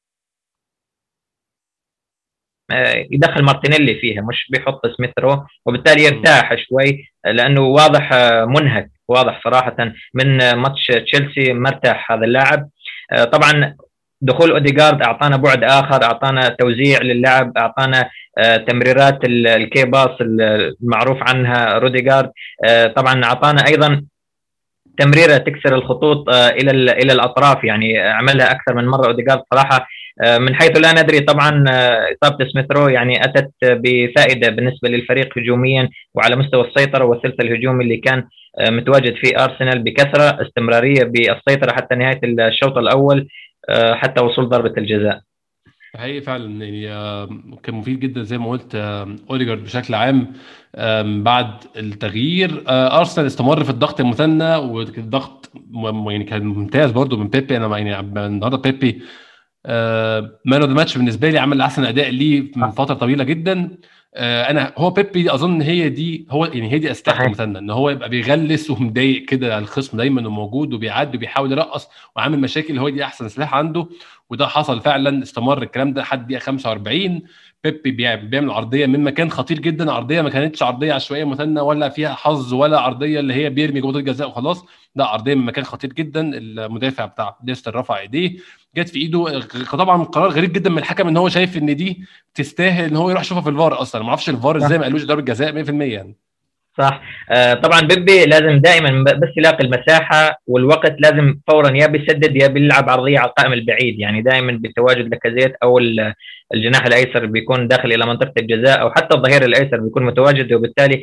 يدخل مارتينيلي فيها، مش بيحط سميث رو، وبالتالي مم. يرتاح شوي، لانه واضح منهك، واضح صراحه من ماتش تشيلسي مرتاح هذا اللاعب. طبعا دخول اوديغارد اعطانا بعد اخر، اعطانا توزيع للعب، اعطانا تمريرات الكي باص المعروف عنها روديغارد. طبعا اعطانا ايضا تمريره تكسر الخطوط الى الاطراف، يعني عملها اكثر من مره اوديغارد صراحه. من حيث لا ندري طبعا. اصابه سميث رو يعني اتت بفائده بالنسبه للفريق هجوميا، وعلى مستوى السيطره والثلث الهجومي اللي كان متواجد في ارسنال بكثره، استمراريه بالسيطره حتى نهايه الشوط الاول، حتى وصول ضربه الجزاء. حقيقي فعلا يعني كان مفيد جدا زي ما قلت. اوديجارد بشكل عام بعد التغيير ارسنال استمر في الضغط المثنى، والضغط يعني كان ممتاز برضو من بيبي. انا يعني النهارده بيبي مان اوف ذا ماتش بالنسبه لي، عمل احسن اداء ليه من فتره طويله جدا. انا هو بيبي اظن هي دي اسلحته صحيح. المثنى، ان هو يبقى بيغلس ومضايق كده على الخصم دايما وموجود وبيعدي وبيحاول يرقص وعامل مشاكل. هو دي احسن سلاح عنده، وده حصل فعلا. استمر الكلام ده لحد دقيقه 45. بيبي بيعمل عرضيه من مكان خطير جدا، عرضيه ما كانتش عرضيه عشوائيه مثنى ولا فيها حظ، ولا عرضيه اللي هي بيرمي جوه الجزاء وخلاص. لا، عرضيه من مكان خطير جدا. المدافع بتاع ليستر رفع ايديه، جت في ايده. طبعا قرار غريب جدا من الحكم ان هو شايف ان دي تستاهل ان هو يروح يشوفها في الفار. اصلا ما اعرفش الفار ازاي ما قالوش ضربه جزاء 100% يعني. صح. طبعا بيبي لازم دائما بس يلاقي المساحه والوقت لازم فورا يا بيسدد يا بيلعب عرضيه على القائم البعيد، يعني دائما بتواجد لاكازيت او الجناح الايسر بيكون داخل الى منطقه الجزاء، او حتى الظهير الايسر بيكون متواجد، وبالتالي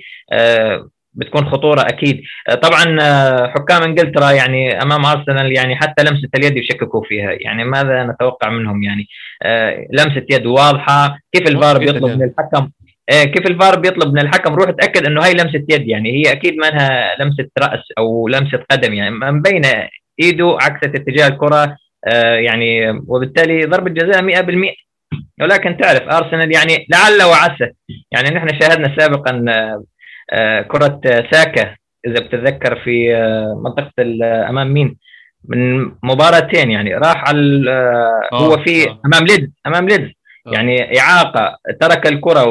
بتكون خطوره اكيد. طبعا حكام انجلترا يعني امام ارسنال يعني حتى لمسه اليد يشككوا فيها، يعني ماذا نتوقع منهم؟ يعني لمسه يد واضحه، كيف واضحه الفار جدا بيطلب من يعني. الحكم؟ كيف الفار بيطلب من الحكم روح اتاكد انه هاي لمسه يد، يعني هي اكيد ما انها لمسه راس او لمسه قدم، يعني مبينه ايده عكست اتجاه الكره، يعني وبالتالي ضربه جزاء 100%. ولكن تعرف ارسنال يعني لعل وعسى، يعني نحن شاهدنا سابقا كره ساكا اذا بتتذكر في منطقه امام مين من مباراتين، يعني راح على هو اه في اه امام ليدز اه. يعني اعاقه، ترك الكره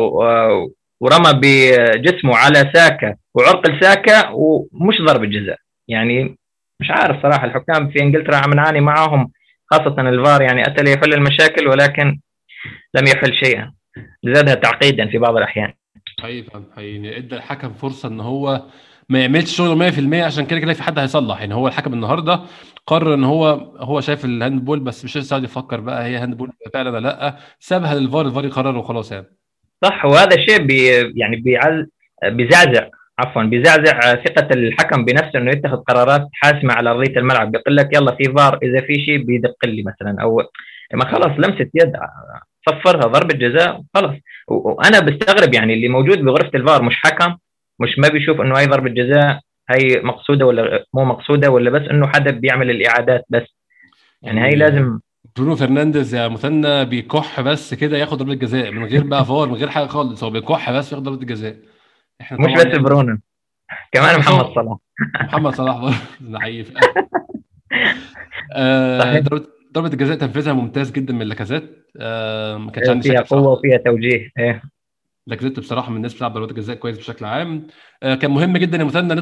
ورمى بجسمه على ساكا وعرقل ساكا ومش ضربه جزاء. يعني مش عارف صراحه الحكام في انجلترا عم نعاني معاهم، خاصه الفار، يعني اتى ليحل المشاكل ولكن لم يحل شيئا، زادها تعقيدا في بعض الاحيان. حقيقي فعلا، حقيقي يعني ادى الحكم فرصه ان هو ما يعملش شغله 100%، عشان كده كده في حد هيصلح. يعني هو الحكم النهارده قرر ان هو شايف الهاندبول، بس مش لسه قاعد يفكر بقى هي هاندبول فعلا ولا لا، سابها للفار، الفار يقرر وخلاص يعني. صح، وهذا الشيء يعني بيزعزع، عفوا بيزعزع ثقة الحكم بنفسه انه يتخذ قرارات حاسمة على ارضية الملعب، بيقول لك يلا في فار اذا في شيء بيدق لي مثلا، او ما خلاص ايوه لمسة يد صفرها ضربة جزاء خلاص. وانا بستغرب يعني اللي موجود بغرفة الفار مش حكم، مش ما بيشوف انه هاي ضربة جزاء، هاي مقصودة ولا مو مقصودة، ولا بس انه حدا بيعمل الاعادات بس، يعني هاي يعني لازم. برونو فرنانديز يا مثنى بيكح بس كده ياخد ضربه جزاء من غير بقى فار، من غير حاجه خالص، هو بيكح بس ياخد ضربه جزاء. احنا مش طبعا بس يعني برونو، لا كمان بس محمد هو صلاح. محمد صلاح برضه ده حقيقي صحيح. ضربة الجزاء تنفيذها ممتاز جدا من لاكازيت، ما كانش عندي فيها شك قوة بصراحة. وفيها توجيه ايه. لاكازيت بصراحة من الناس بتلعب ضربات الجزاء كويس بشكل عام. كان مهم جدا يا مثلا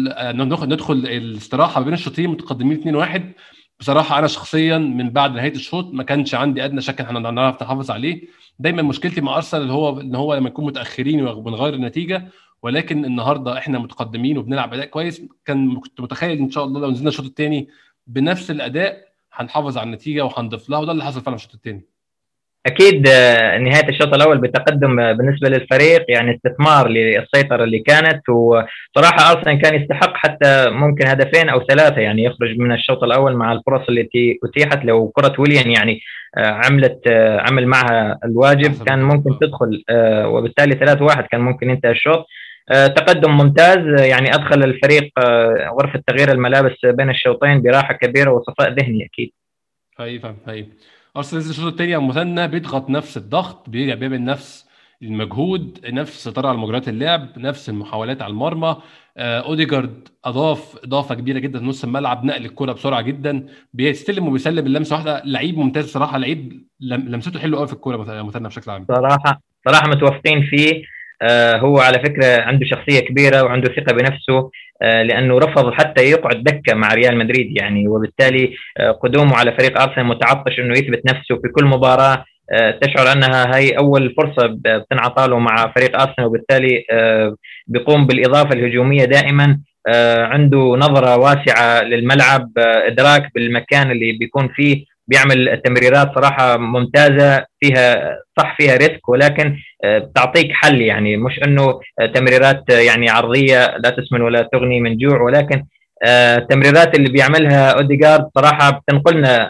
ندخل الاستراحة ما بين الشوطين متقدمين 2-1. بصراحة أنا شخصيا من بعد نهاية الشوط ما كانش عندي أدنى شك إن احنا هنعرف نحافظ عليه. دايما مشكلتي مع أرسنال اللي هو إن هو لما نكون متأخرين وبنغير النتيجة، ولكن النهارده احنا متقدمين وبنلعب اداء كويس. كنت متخيل ان شاء الله لو نزلنا الشوط الثاني بنفس الاداء هنحافظ على النتيجه وهنضيف لها، وده اللي حصل فعلا في الشوط الثاني. اكيد نهايه الشوط الاول بتقدم بالنسبه للفريق يعني استثمار للسيطره اللي كانت، وصراحه ارسنال كان يستحق حتى ممكن هدفين او ثلاثه يعني يخرج من الشوط الاول مع الفرص التي اتيحت، لو كره ويليان يعني عملت عمل معها الواجب احسن من كان كده ممكن تدخل، وبالتالي 3-1 كان ممكن ينتهي الشوط. تقدم ممتاز، يعني ادخل الفريق غرفه تغيير الملابس بين الشوطين براحه كبيره وصفاء ذهني اكيد. حقيقي فاهم حقيقي. ارسنال نزل الشوط الثاني مثنى بيضغط نفس الضغط، بيرجع بيعمل نفس المجهود، نفس السيطره على مجريات اللعب، نفس المحاولات على المرمى. اوديجارد اضاف اضافه كبيره جدا في نص الملعب، نقل الكره بسرعه جدا، بيستلم وبيسلم اللمسه واحده. لعيب ممتاز بصراحه، لعيب لمسته حلوه قوي في الكوره مثنى بشكل عام. صراحة متوافقين فيه. هو على فكرة عنده شخصية كبيرة وعنده ثقة بنفسه، لأنه رفض حتى يقعد دكة مع ريال مدريد يعني، وبالتالي قدومه على فريق أرسنال متعطش أنه يثبت نفسه في كل مباراة. تشعر أنها هي أول فرصة بتنعطى له مع فريق أرسنال، وبالتالي بيقوم بالإضافة الهجومية دائما. عنده نظرة واسعة للملعب، إدراك بالمكان اللي بيكون فيه، بيعمل تمريرات صراحة ممتازة فيها، صح فيها ريسك ولكن بتعطيك حل، يعني مش انه تمريرات يعني عرضيه لا تسمن ولا تغني من جوع، ولكن التمريرات اللي بيعملها اوديجارد صراحه بتنقلنا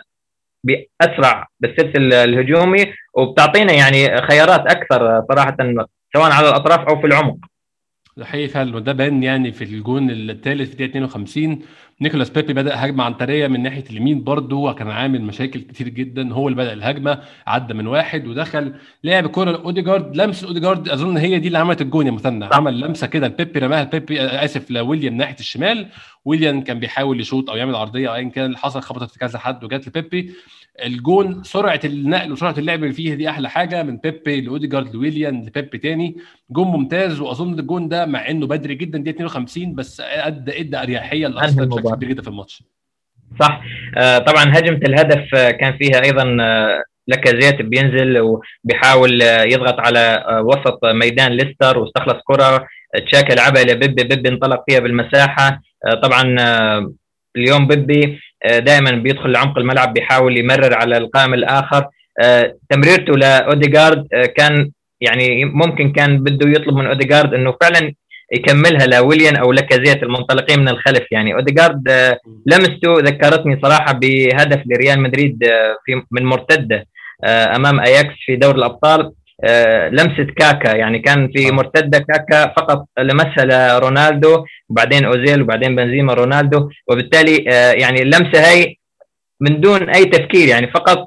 باسرع بالسلسل الهجومي، وبتعطينا يعني خيارات اكثر صراحه، سواء على الاطراف او في العمق. ده حقيقي فعلا، وده بان يعني في الجون الثالث في دقيقه 52. نيكولاس بيبي بدا هجمه عنتريه من ناحيه اليمين برضه، وكان عامل مشاكل كتير جدا. هو اللي بدا الهجمه، عدى من واحد ودخل لعب كوره لاوديجارد، لمس اوديجارد اظن هي دي اللي عملت الجون يا مثنى. صح. عمل لمسه كده لبيبي، رماها لبيبي اسف لويليام ناحيه الشمال. ويليام كان بيحاول يشوط او يعمل عرضيه او ايا كان اللي حصل، خبطت في كذا حد وجات لبيبي. الجون سرعه النقل وسرعه اللعب اللي فيها دي احلى حاجه، من بيبي لاوديجارد لويليام لبيبي تاني. جون ممتاز، واظن الجون ده مع انه بدري جدا دي 52، بس ادى اريحيه انهي لارسنال بشكل المباراه. كبير جدا في الماتش. صح. طبعا هجمه الهدف كان فيها ايضا لاكازيت بينزل وبيحاول يضغط على وسط ميدان ليستر واستخلص كره، تشاكا لعبها لبيبي، بيبي انطلق فيها بالمساحه. طبعا اليوم بيبي دائما بيدخل لعمق الملعب، بيحاول يمرر على القائم الاخر. تمريرته لاوديغارد كان يعني ممكن كان بده يطلب من اوديغارد انه فعلا يكملها لويليان او لاكازيت المنطلقين من الخلف. يعني اوديغارد لمسته ذكرتني صراحه بهدف لريال مدريد في من مرتده امام اياكس في دوري الابطال. لمسه كاكا، يعني كان في مرتده كاكا فقط لمسها لرونالدو وبعدين اوزيل وبعدين بنزيما رونالدو، وبالتالي يعني اللمسه هي من دون اي تفكير، يعني فقط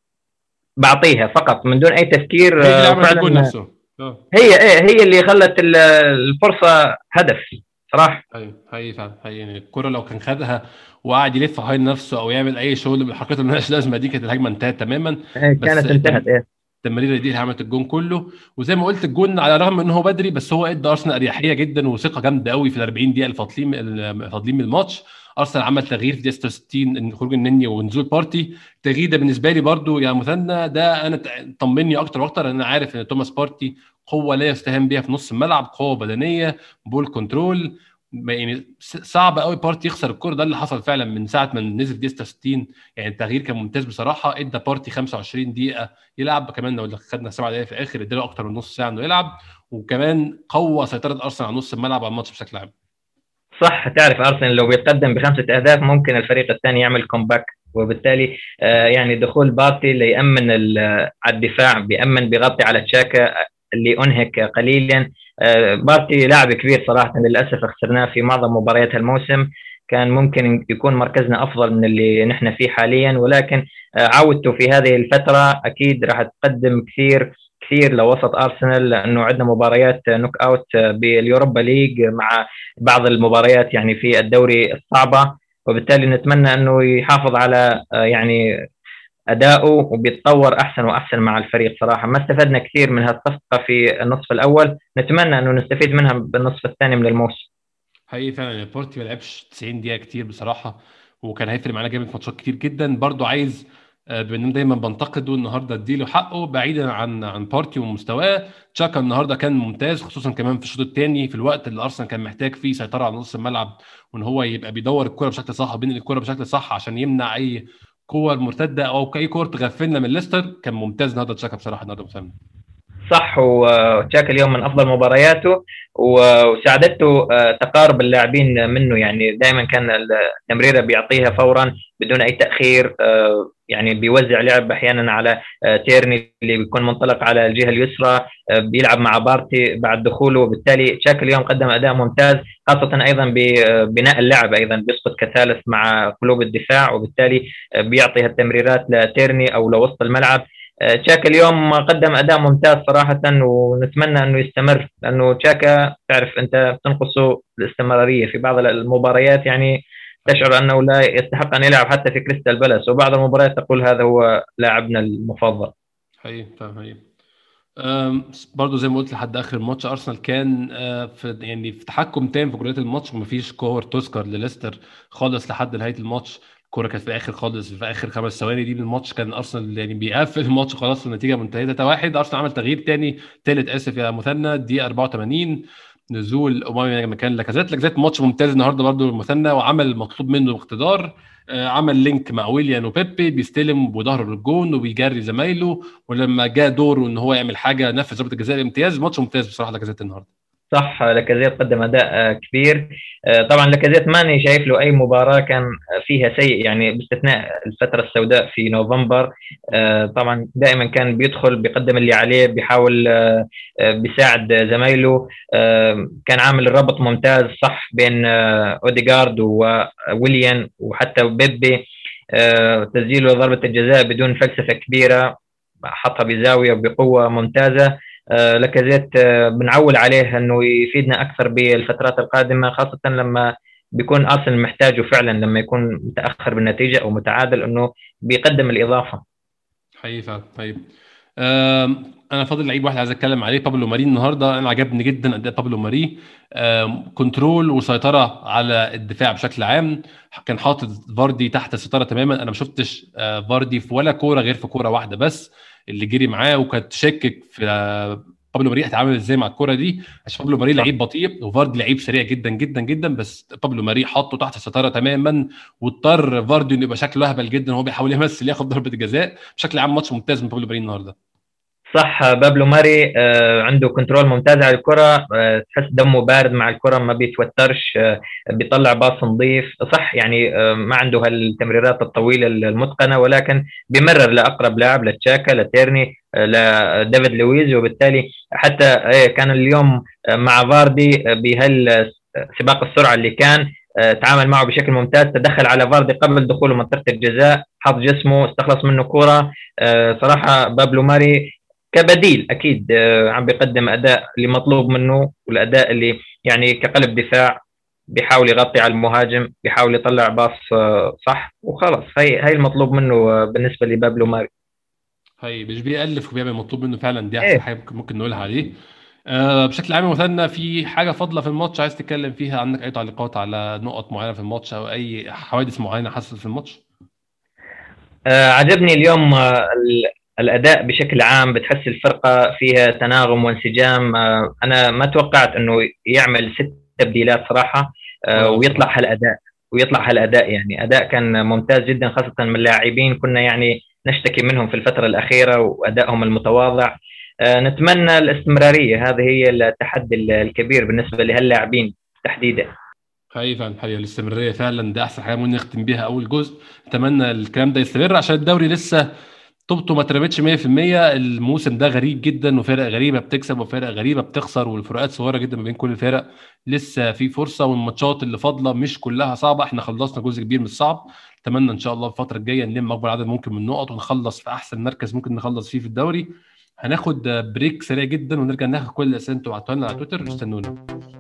بعطيها فقط من دون اي تفكير. هي دي اللي عملت الجول فعلا نفسه. هي اللي خلت الفرصه هدف صراحه. ايوه هي فعلا، هي يعني الكرة لو كان خدها وقعد يلف حوالين نفسه او يعمل اي شغل بالحركات اللي مالهاش لازمه دي، كانت الهجمه انتهت تماما. بس كانت انتهت التمريره دي اللي عملت الجون كله. وزي ما قلت الجون على الرغم ان هو بدري، بس هو ادى ارسنال اريحيه جدا وثقه جامده قوي في ال 40 دقيقه الفاضلين من الماتش. ارسنال عمل تغيير في دقيقه 66 ان خروج النني ونزول بارتي. التغيير ده بالنسبه لي برضو يا مثنى ده انا طمني اكتر واكتر، انا عارف ان توماس بارتي قوه لا يستهان بها في نص الملعب، قوه بدنيه، بول كنترول. يعني صعب قوي بارتي يخسر الكوره، ده اللي حصل فعلا من ساعه ما نزل في دقيقه 60. يعني التغيير كان ممتاز بصراحه، ادى بارتي 25 دقيقه يلعب، كمان لو خدنا 7 دقائق في الاخر اداله اكتر من نص ساعه انه يلعب، وكمان قوه سيطره ارسنال على نص الملعب على الماتش بشكل عام. صح. تعرف ارسنال لو بيتقدم ب5 اهداف ممكن الفريق الثاني يعمل كومباك، وبالتالي يعني دخول بارتي اللي يامن على الدفاع، بيامن بيغطي على تشاكا اللي انهك قليلا. بارتي لاعب كبير صراحه، للاسف خسرناه في معظم مباريات الموسم. كان ممكن يكون مركزنا افضل من اللي نحن فيه حاليا، ولكن عودته في هذه الفتره اكيد راح تقدم كثير كثير لوسط ارسنال، لانه عندنا مباريات نوك اوت باليوروبا ليج مع بعض المباريات يعني في الدوري الصعبه. وبالتالي نتمنى انه يحافظ على يعني اداؤه وبيتطور احسن واحسن مع الفريق. صراحه ما استفدنا كثير من هالصفقه في النصف الاول، نتمنى انه نستفيد منها بالنصف الثاني من الموسم. حقيقي فعلا البارتي ما لعبش 90 دقيقه كتير بصراحه، وكان هيفرق معانا جامد في ماتشات كتير جدا. برضو عايز بما اني دايما بنتقده النهارده اديله حقه، بعيدا عن بارتي ومستواه. تشاكا النهارده كان ممتاز، خصوصا كمان في الشوط الثاني في الوقت اللي ارسنال كان محتاج فيه سيطره على نص الملعب، وان هو يبقى بيدور الكره بشكل صح وبينقل الكره بشكل صح عشان يمنع اي كور مرتده او اي كور تغفلنا من ليستر. كان ممتاز النهارده تشاكا بصراحه النهارده مساهم. صح. وتشاكا اليوم من افضل مبارياته، وساعدته تقارب اللاعبين منه. يعني دائما كان التمريره بيعطيها فورا بدون اي تاخير. يعني بيوزع لعب احيانا على تيرني اللي بيكون منطلق على الجهه اليسرى، بيلعب مع بارتي بعد دخوله. وبالتالي تشاكا اليوم قدم اداء ممتاز، خاصه ايضا ببناء اللعب، ايضا بيسقط كثالث مع قلوب الدفاع، وبالتالي بيعطي التمريرات لتيرني او لوسط الملعب. تشاكا اليوم قدم اداء ممتاز صراحه، ونتمنى انه يستمر، لانه تشاكا تعرف انت بتنقصه الاستمراريه في بعض المباريات، يعني تشعر انه لا يستحق ان يلعب حتى في كريستال بالاس، وبعض المباريات تقول هذا هو لاعبنا المفضل. حقيقي فاهم حقيقي. برضو زي ما قلت لحد اخر الماتش ارسنال كان في يعني في تحكم تام في كرة الماتش، ومفيش كور تذكر لليستر خالص لحد نهايه الماتش. الكوره كانت في الاخر خالص، في اخر 5 ثواني دي من الماتش كان ارسنال يعني بيقفل الماتش خلاص، النتيجه منتهيه 3-1. ارسنال عمل تغيير تاني تالت اسف يا مثنى، دقيقه 84 نزول اوباما مكان لاكازيت ماتش ممتاز النهارده برضو المثنى، وعمل المطلوب منه باقتدار. عمل لينك مع ويليان وبيبي، بيستلم بظهره للجون وبيجري زمايله، ولما جاء دوره ان هو يعمل حاجه نفذ ضربه الجزاء بامتياز. ماتش ممتاز بصراحه لاكازيت النهارده. صح. لاكازيت قدم اداء كبير. طبعا لاكازيت ماني شايف له اي مباراه كان فيها سيء، يعني باستثناء الفتره السوداء في نوفمبر. طبعا دائما كان بيدخل بيقدم اللي عليه، بيحاول بيساعد زمايله. كان عامل الربط ممتاز صح بين اوديغارد وويليان وحتى بيبي. تسجيله ضربه الجزاء بدون فلسفه كبيره، حطها بزاويه وبقوه ممتازه. لاكازيت بنعول عليه انه يفيدنا اكثر بالفترات القادمه، خاصه لما بيكون ارسنال محتاجه فعلا، لما يكون متاخر بالنتيجه او متعادل انه بيقدم الاضافه. حقيقي فعلا. طيب انا فاضل لعيب واحد عايز اتكلم عليه، بابلو ماري. النهارده انا عجبني جدا اداء بابلو ماري، كنترول وسيطره على الدفاع بشكل عام. كان حاطط فاردي تحت الستاره تماما. انا ما شفتش فاردي في ولا كوره غير في كوره واحده بس اللي جري معاه، وكانت تشكك في بابلو ماري هيتعامل ازاي مع الكره دي، عشان بابلو ماري لعيب بطيء وفاردي لعيب سريع جدا جدا جدا، بس بابلو ماري حطه تحت الستاره تماما، واضطر فاردي انه يبقى شكله اهبل جدا وهو بيحاول يمثل ياخد ضربه الجزاء. بشكل عام ماتش ممتاز من بابلو ماري النهارده. صح. بابلو ماري عنده كنترول ممتاز على الكرة، تحس دمه بارد مع الكرة، ما بيتوترش، بيطلع باص نظيف. صح يعني ما عنده هالتمريرات الطويلة المتقنة، ولكن بيمرر لأقرب لاعب، لتشاكا، لتيرني، لديفيد لويز. وبالتالي حتى كان اليوم مع فاردي بهال سباق السرعة اللي كان تعامل معه بشكل ممتاز، تدخل على فاردي قبل دخوله منطقة الجزاء، حط جسمه، استخلص منه كرة. صراحة بابلو ماري كبديل اكيد عم بيقدم اداء اللي مطلوب منه، والاداء اللي يعني كقلب دفاع بيحاول يغطي على المهاجم، بيحاول يطلع باص صح وخلاص. هي المطلوب منه بالنسبه لبابلو ماري. هي مش بيألف وبيعمل مطلوب منه فعلا، دي احسن ايه. حاجه ممكن نقولها عليه. بشكل عام مثلا في حاجه فاضله في الماتش عايز تتكلم فيها؟ عندك اي تعليقات على نقط معينه في الماتش او اي حوادث معينه حصلت في الماتش؟ عجبني اليوم الاداء بشكل عام، بتحس الفرقه فيها تناغم وانسجام. انا ما توقعت انه يعمل 6 تبديلات صراحه، ولا ويطلع بصراحه. هالاداء. يعني اداء كان ممتاز جدا، خاصه من لاعبين كنا يعني نشتكي منهم في الفتره الاخيره وادائهم المتواضع. نتمنى الاستمراريه، هذه هي التحدي الكبير بالنسبه لهاللاعبين تحديدا. هي فعلا الحقيقه الاستمراريه فعلا ده احسن حاجه ممكن نختم بيها اول جزء. اتمنى الكلام ده يستمر عشان الدوري لسه طوبته ما اترمتش 100%. الموسم ده غريب جدا، وفرق غريبه بتكسب وفرق غريبه بتخسر، والفروقات صغيره جدا ما بين كل الفرق. لسه في فرصه، والماتشات اللي فاضله مش كلها صعبه، احنا خلصنا جزء كبير من الصعب. اتمنى ان شاء الله الفتره الجايه نلم اكبر عدد ممكن من النقط ونخلص في احسن مركز ممكن نخلص فيه في الدوري. هناخد بريك سريع جدا ونرجع ناخد كل الاسئله انتوا بعتوها لنا على تويتر، استنونا.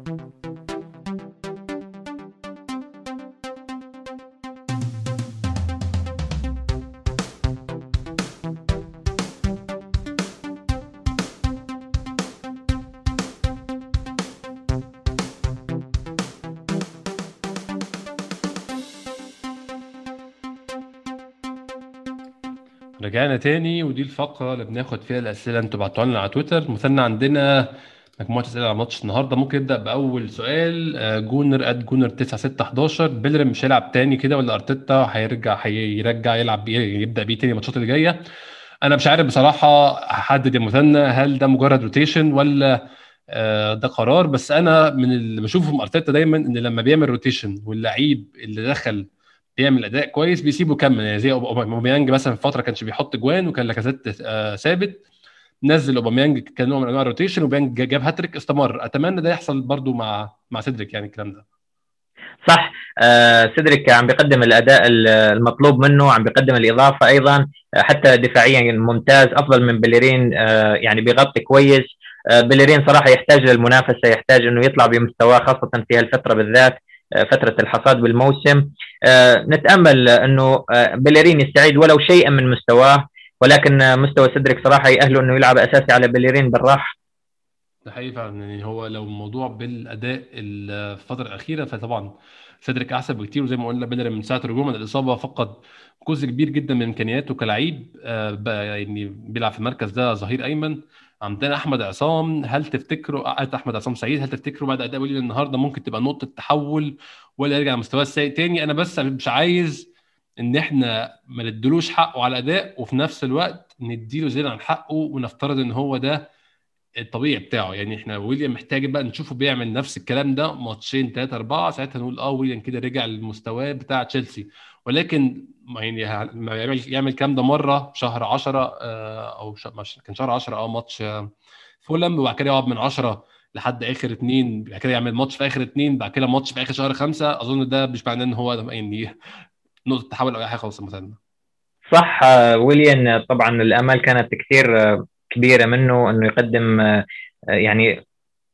رجعنا تاني، ودي الفقرة اللي بناخد فيها الأسئلة انتوا بعتوها لنا على تويتر. مثلنا عندنا مجموعة أسئلة على ماتش النهاردة. ممكن نبدأ بأول سؤال. جونر 9611، بيلرم مش هيلعب تاني كده ولا أرتيتا هيرجع يلعب يبدأ بيه تاني الماتشات اللي جاية؟ أنا مش عارف بصراحة أحدد يا مثنى هل ده مجرد روتيشن ولا ده قرار. بس أنا من اللي بشوفه من أرتيتا دايما إن لما بيعمل روتيشن واللعيب اللي دخل بيعمل اداء كويس بيسيبه يكمل. يعني زي اوباميانج مثلا في فتره كانش بيحط جوان وكان لاكازيت ثابت، نزل اوباميانج كان نوع من انواع الروتيشن وبيانج جاب هاتريك استمر. اتمنى ده يحصل برضو مع سيدريك يعني الكلام ده. صح. سيدريك عم بيقدم الاداء المطلوب منه، عم بيقدم الاضافه ايضا. حتى دفاعيا ممتاز، افضل من بليرين. يعني بيغطي كويس. بليرين صراحه يحتاج للمنافسه، يحتاج انه يطلع بمستواه، خاصه في هالفتره بالذات فتره الحصاد بالموسم. نتامل انه بليرين يستعيد ولو شيئا من مستواه، ولكن مستوى سيدريك صراحه يأهله انه يلعب اساسي على بليرين بالراحه. ده حقيقي فعلا. يعني هو لو الموضوع بالاداء الفتره الاخيره فطبعا سيدريك احسن بكتير، وزي ما قلنا بيلر من ساعه رجوعه من الاصابه فقد جزء كبير جدا من امكانياته كلاعب. بقى يعني بيلعب في المركز ده ظهير ايمن. عندنا احمد عصام، هل تفتكروا احمد عصام سعيد، هل تفتكروا بعد اداء ويلي النهارده ممكن تبقى نقطه تحول ولا يرجع لمستواه السيء تاني؟ انا بس مش عايز ان احنا ما ندلوش حقه على الاداء وفي نفس الوقت نديله زياده عن حقه ونفترض ان هو ده الطبيعي بتاعه. يعني احنا ويليام محتاج بقى نشوفه بيعمل نفس الكلام ده ماتشين 3 4، ساعتها نقول ويليام كده رجع للمستوى بتاع تشيلسي. ولكن ما يعمل الكلام ده مره شهر 10 او كان شهر 10 ماتش فولم، وبعد كده يقعد من 10 لحد اخر 2، بعد كده يعمل ماتش في اخر 2، بعد كده ماتش في اخر شهر 5. اظن ده مش معناه ان هو يعني نقطه تحول او اي حاجه خالص مثلا. صح. ويليان طبعا الامال كانت كثير كبيره منه انه يقدم يعني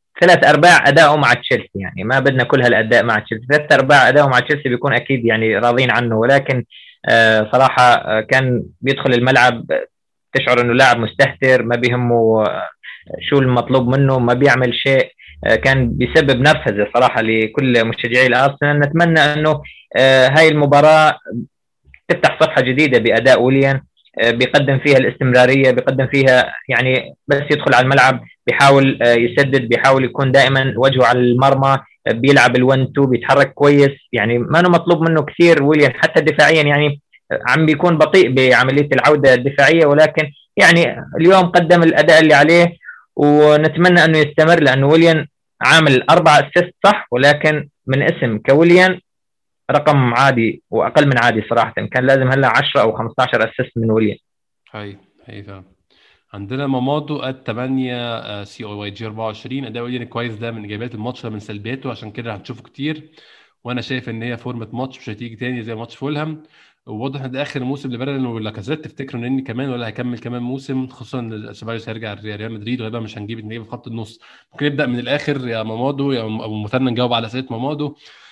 3/4 اداؤه مع تشيلسي. يعني ما بدنا كل هالاداء مع تشيلسي، 3/4 اداؤه مع تشيلسي بيكون اكيد يعني راضين عنه. ولكن صراحه كان بيدخل الملعب تشعر انه لاعب مستهتر، ما بيهمه شو المطلوب منه، ما بيعمل شيء. كان بيسبب نرفزه صراحه لكل مشجعي الارسنال. نتمنى انه هاي المباراه تفتح صفحه جديده باداء ويليان. بيقدم فيها الاستمراريه، بيقدم فيها يعني بس يدخل على الملعب بيحاول يسدد، بيحاول يكون دائما وجهه على المرمى، بيلعب ال1 2، بيتحرك كويس، يعني ما انه مطلوب منه كثير ويليام حتى دفاعيا، يعني عم بيكون بطيء بعمليه العوده الدفاعيه، ولكن يعني اليوم قدم الاداء اللي عليه، ونتمنى انه يستمر، لانه ويليام عامل 4 اسيست صح، ولكن من اسم كويليان رقم عادي واقل من عادي صراحه، كان لازم هلا 10 او 15 اسيست من ويليام. هي فعلا. عندنا مامادو @8 سي او واي جي 24. اداء ويليان كويس، ده من ايجابيات الماتش ده من سلبياته، عشان كده هنشوفه كتير. وانا شايف ان هي فورمه ماتش مش هتيجي تاني زي ماتش فولهام. وواضح ان ده اخر موسم لبرلين ولاكازيت. تفتكروا ان كمان ولا هيكمل كمان موسم، خصوصا ان سيبايوس هيرجع ريال مدريد، وغالبا مش هنجيب اتنين في خط النص. ممكن نبدا من الاخر يا مامادو يا ابو مثنى نجاوب على اسئله مامادو.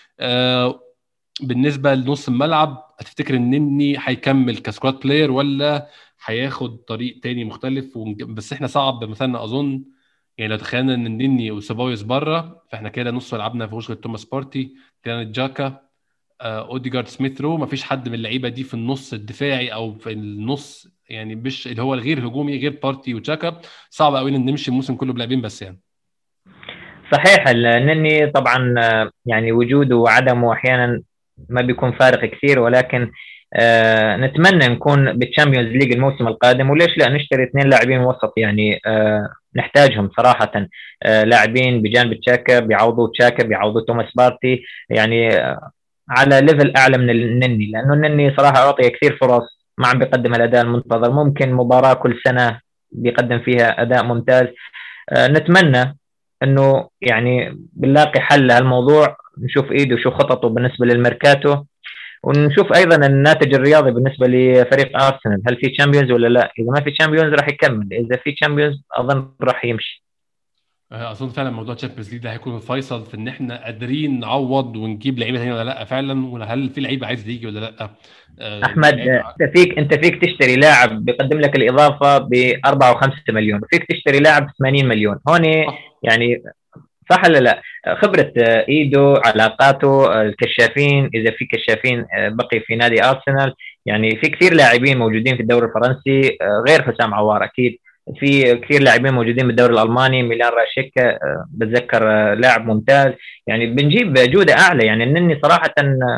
بالنسبه لنص الملعب، هتفتكر ان نني هيكمل كسكواد بلاير ولا هياخد طريق تاني مختلف؟ بس احنا صعب مثلا اظن، يعني لو تخيلنا ان نني وسيبايوس بره، فاحنا كده نص ملعبنا ما فيهوش غير توماس بارتي، كان جاكا، اوديجارد، سميث رو. ما فيش حد من اللعيبه دي في النص الدفاعي او في النص، يعني مش اللي هو الغير هجومي غير بارتي وجاكا. صعب قوي ان نمشي الموسم كله بلاعبين بس يعني. صحيح، النني طبعا يعني وجوده وعدمه احيانا ما بيكون فارق كثير، ولكن نتمنى نكون بالتشامبيونز ليج الموسم القادم، وليش لا نشتري 2 لاعبين وسط، يعني نحتاجهم صراحة. لاعبين بجانب تشاكا بيعوضوا توماس بارتي، يعني على ليفل اعلى من النني، لانه النني صراحة اعطي كثير فرص ما عم بيقدم الاداء المنتظر، ممكن مباراة كل سنة بيقدم فيها اداء ممتاز. نتمنى انه يعني بنلاقي حل لهالموضوع، نشوف ايده وشو خططه بالنسبه للميركاتو، ونشوف ايضا الناتج الرياضي بالنسبه لفريق ارسنال، هل في تشامبيونز ولا لا؟ اذا ما في تشامبيونز راح يكمل، اذا في تشامبيونز اظن راح يمشي. اظن فعلا موضوع تشامبيونز ليج ده هيكون الفيصل في ان احنا قادرين نعوض ونجيب لعيبه ثانيه ولا لا فعلا، ولا هل في لعيبه عايز يجي ولا لا. احمد، انت فيك تشتري لاعب بيقدم لك الاضافه ب 4 و5 مليون، وفيك تشتري لاعب ب 80 مليون هون، صح. يعني صح ولا لا؟ خبرة ايدو، علاقاته، الكشافين، اذا في كشافين بقي في نادي ارسنال، يعني في كثير لاعبين موجودين في الدوري الفرنسي غير حسام عوار اكيد، في كثير لاعبين موجودين بالدوري الالماني، ميلان راشيكا بتذكر لاعب ممتاز، يعني بنجيب جودة اعلى، يعني النني صراحة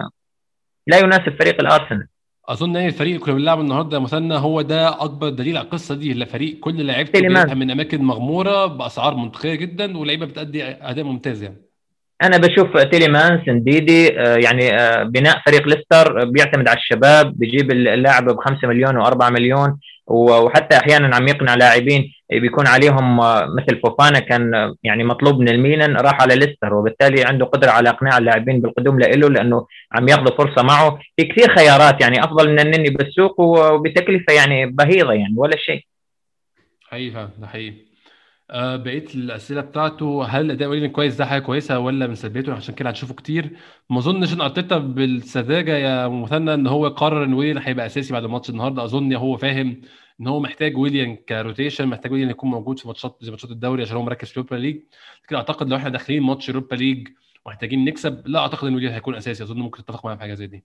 لا يناسب فريق الارسنال. اظن ان الفريق اللي كنا بنلعبه النهارده مثلا هو ده اكبر دليل على القصه دي. الفريق كل لعيبته تيليمان، جايبها من اماكن مغموره باسعار منطقيه جدا، ولعيبه بتأدي اداء ممتاز يعني. انا بشوف تيليمانس انديدي يعني بناء فريق ليستر بيعتمد على الشباب، بيجيب اللاعب ب5 مليون و4 مليون، وحتى احيانا عم يقنع لاعبين بيكون عليهم مثل فوفانا كان يعني مطلوب من الميلان، راح على ليستر، وبالتالي عنده قدره على اقناع اللاعبين بالقدوم له، لانه عم ياخذوا فرصه معه في كثير خيارات، يعني افضل من النني بالسوق وبتكلفه يعني بهيضه، يعني ولا شيء. حقيقي فعلا، ده حقيقي. بقيت الاسئله بتاعته، هل اداء ويليام كويس ده حاجه كويسه ولا من سلبياته؟ عشان كده هنشوفه كتير. ما اظنش ان ارتيتا بالسذاجه يا مثنى ان هو يقرر ان ويليام هيبقى اساسي بعد ماتش النهارده. اظن هو فاهم ان هو محتاج ويليام كروتيشن، محتاج ويليام يكون موجود في ماتشات زي ماتشات الدوري عشان هو مركز في اليوروبا ليج. لكن اعتقد لو احنا داخلين ماتش اليوروبا ليج ومحتاجين نكسب، لا اعتقد ان ويليام هيكون اساسي. اظن ممكن تتفق معايا في حاجه زي دي.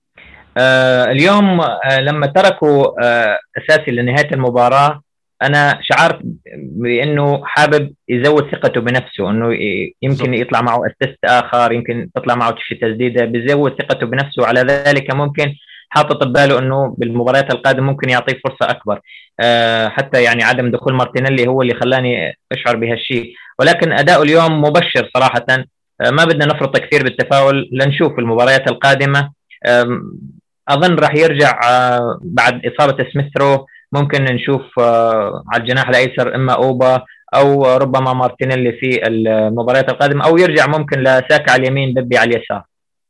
اليوم لما تركوا اساسي لنهايه المباراه، انا شعرت بانه حابب يزود ثقته بنفسه، انه يمكن بالظبط. يطلع معه اسيست اخر، يمكن تطلع معه شي تسديده، بيزود ثقته بنفسه، على ذلك ممكن حاطط بباله انه بالمباريات القادمه ممكن يعطيه فرصه اكبر. حتى يعني عدم دخول مارتينيلي هو اللي خلاني اشعر بهالشيء، ولكن اداؤه اليوم مبشر صراحه. ما بدنا نفرط كثير بالتفاؤل، لنشوف المباريات القادمه. اظن راح يرجع بعد اصابه سميث رو، ممكن نشوف على الجناح الايسر اما اوبا او ربما مارتينيلي في المباريات القادمه، او يرجع ممكن لساكا على اليمين بيبي على اليسار.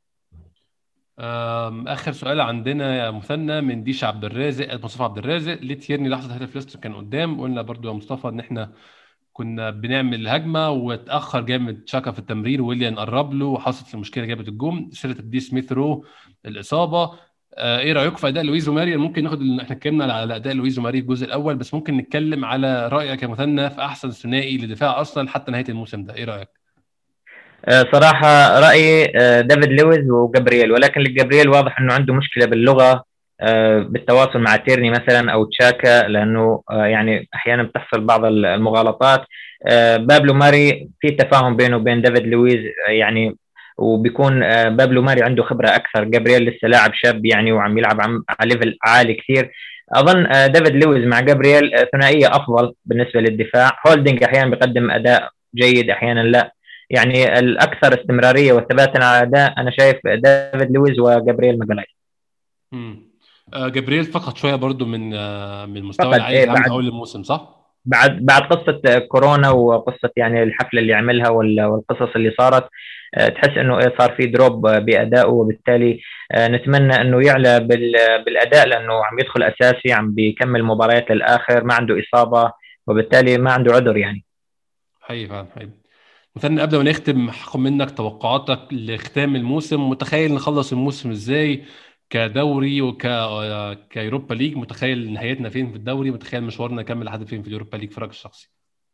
اخر سؤال عندنا يا مثنى من ديش عبد الرازق، مصطفى عبد الرازق. ليه تيرني لحظه هدف ليستر كان قدام؟ قلنا برضو يا مصطفى ان احنا كنا بنعمل هجمه واتاخر جامد شاكا في التمرير، ويليان قرب له وحصلت المشكله جابت الجون. سيره دي سميث رو، الاصابه. ايه رايكم في اداء لويز وماري؟ ممكن ناخد احنا اتكلمنا على اداء لويز وماري في الجزء الاول، بس ممكن نتكلم على رايك يا مثنى في احسن ثنائي لدفاع ارسنال حتى نهايه الموسم ده. ايه رايك؟ صراحه رايي ديفيد لويز وجابرييل، ولكن جابرييل واضح انه عنده مشكله باللغه، بالتواصل مع تيرني مثلا او تشاكا، لانه يعني احيانا بتحصل بعض المغالطات. بابلو ماري في تفاهم بينه وبين ديفيد لويز يعني، وبيكون بابلو ماري عنده خبره اكثر. جابرييل لسه لاعب شاب يعني، وعم يلعب على ليفل عالي كثير. اظن ديفيد لويز مع جابرييل ثنائيه افضل بالنسبه للدفاع. هولدنج احيانا بيقدم اداء جيد، احيانا لا. يعني الاكثر استمراريه وثباتا على الاداء انا شايف ديفيد لويز وجابرييل ماجالايز. مم. جبريل فقط شويه برضو من المستوى فقد العالي إيه اللي عنده في بعد اول الموسم، صح؟ بعد قصة كورونا وقصة يعني الحفلة اللي عملها والقصص اللي صارت، تحس انه ايه صار في دروب بأدائه، وبالتالي نتمنى انه يعلى بالأداء، لانه عم يدخل اساسي، عم بيكمل مباريات للآخر، ما عنده إصابة، وبالتالي ما عنده عذر يعني. حقيقي فعلا حقيقي. مثلا قبل ما نختم هاخد منك توقعاتك لختام الموسم. متخيل نخلص الموسم ازاي كدوري كيوروبا ليج؟ متخيل نهايتنا فين في الدوري؟ متخيل مشوارنا كامل لحد فين في اليوروبا ليج في رايك الشخصي؟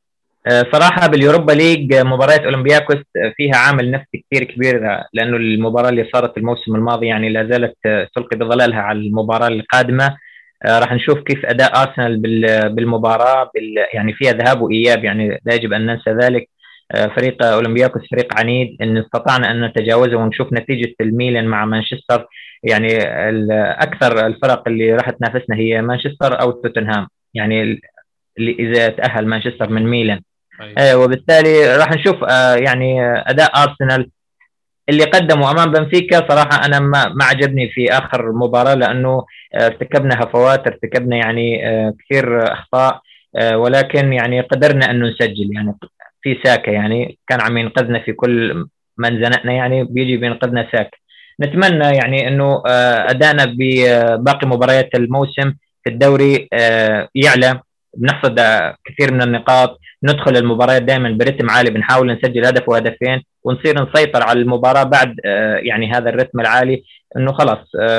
صراحة باليوروبا ليج مباريات أولمبياكوس فيها عامل نفسي كثير كبير، لأنه المباراة اللي صارت الموسم الماضي يعني لا زالت تلقي بظلالها على المباراة القادمة. راح نشوف كيف أداء أرسنال بالمباراة يعني فيها ذهاب وإياب، يعني لا يجب أن ننسى ذلك. فريق أولمبياكوس فريق عنيد، إن استطعنا أن نتجاوزه ونشوف نتيجة الميلان مع مانشستر. يعني أكثر الفرق اللي راح تنافسنا هي مانشستر أو توتنهام، يعني اللي إذا تأهل مانشستر من ميلان. ايوه. وبالتالي راح نشوف يعني اداء ارسنال اللي قدمه امام بنفيكا. صراحه انا ما عجبني في اخر مباراه، لانه ارتكبنا هفوات، ارتكبنا يعني كثير اخطاء، ولكن يعني قدرنا انه نسجل يعني. في ساكا يعني كان عم ينقذنا في كل من زنقنا، يعني بيجي بينقذنا ساكا. نتمنى يعني انه ادائنا بباقي مباريات الموسم في الدوري يعلى، بنحصد كثير من النقاط، ندخل المباريات دائما برتم عالي، بنحاول نسجل هدف وهدفين، ونصير نسيطر على المباراه بعد يعني هذا الرتم العالي، انه خلاص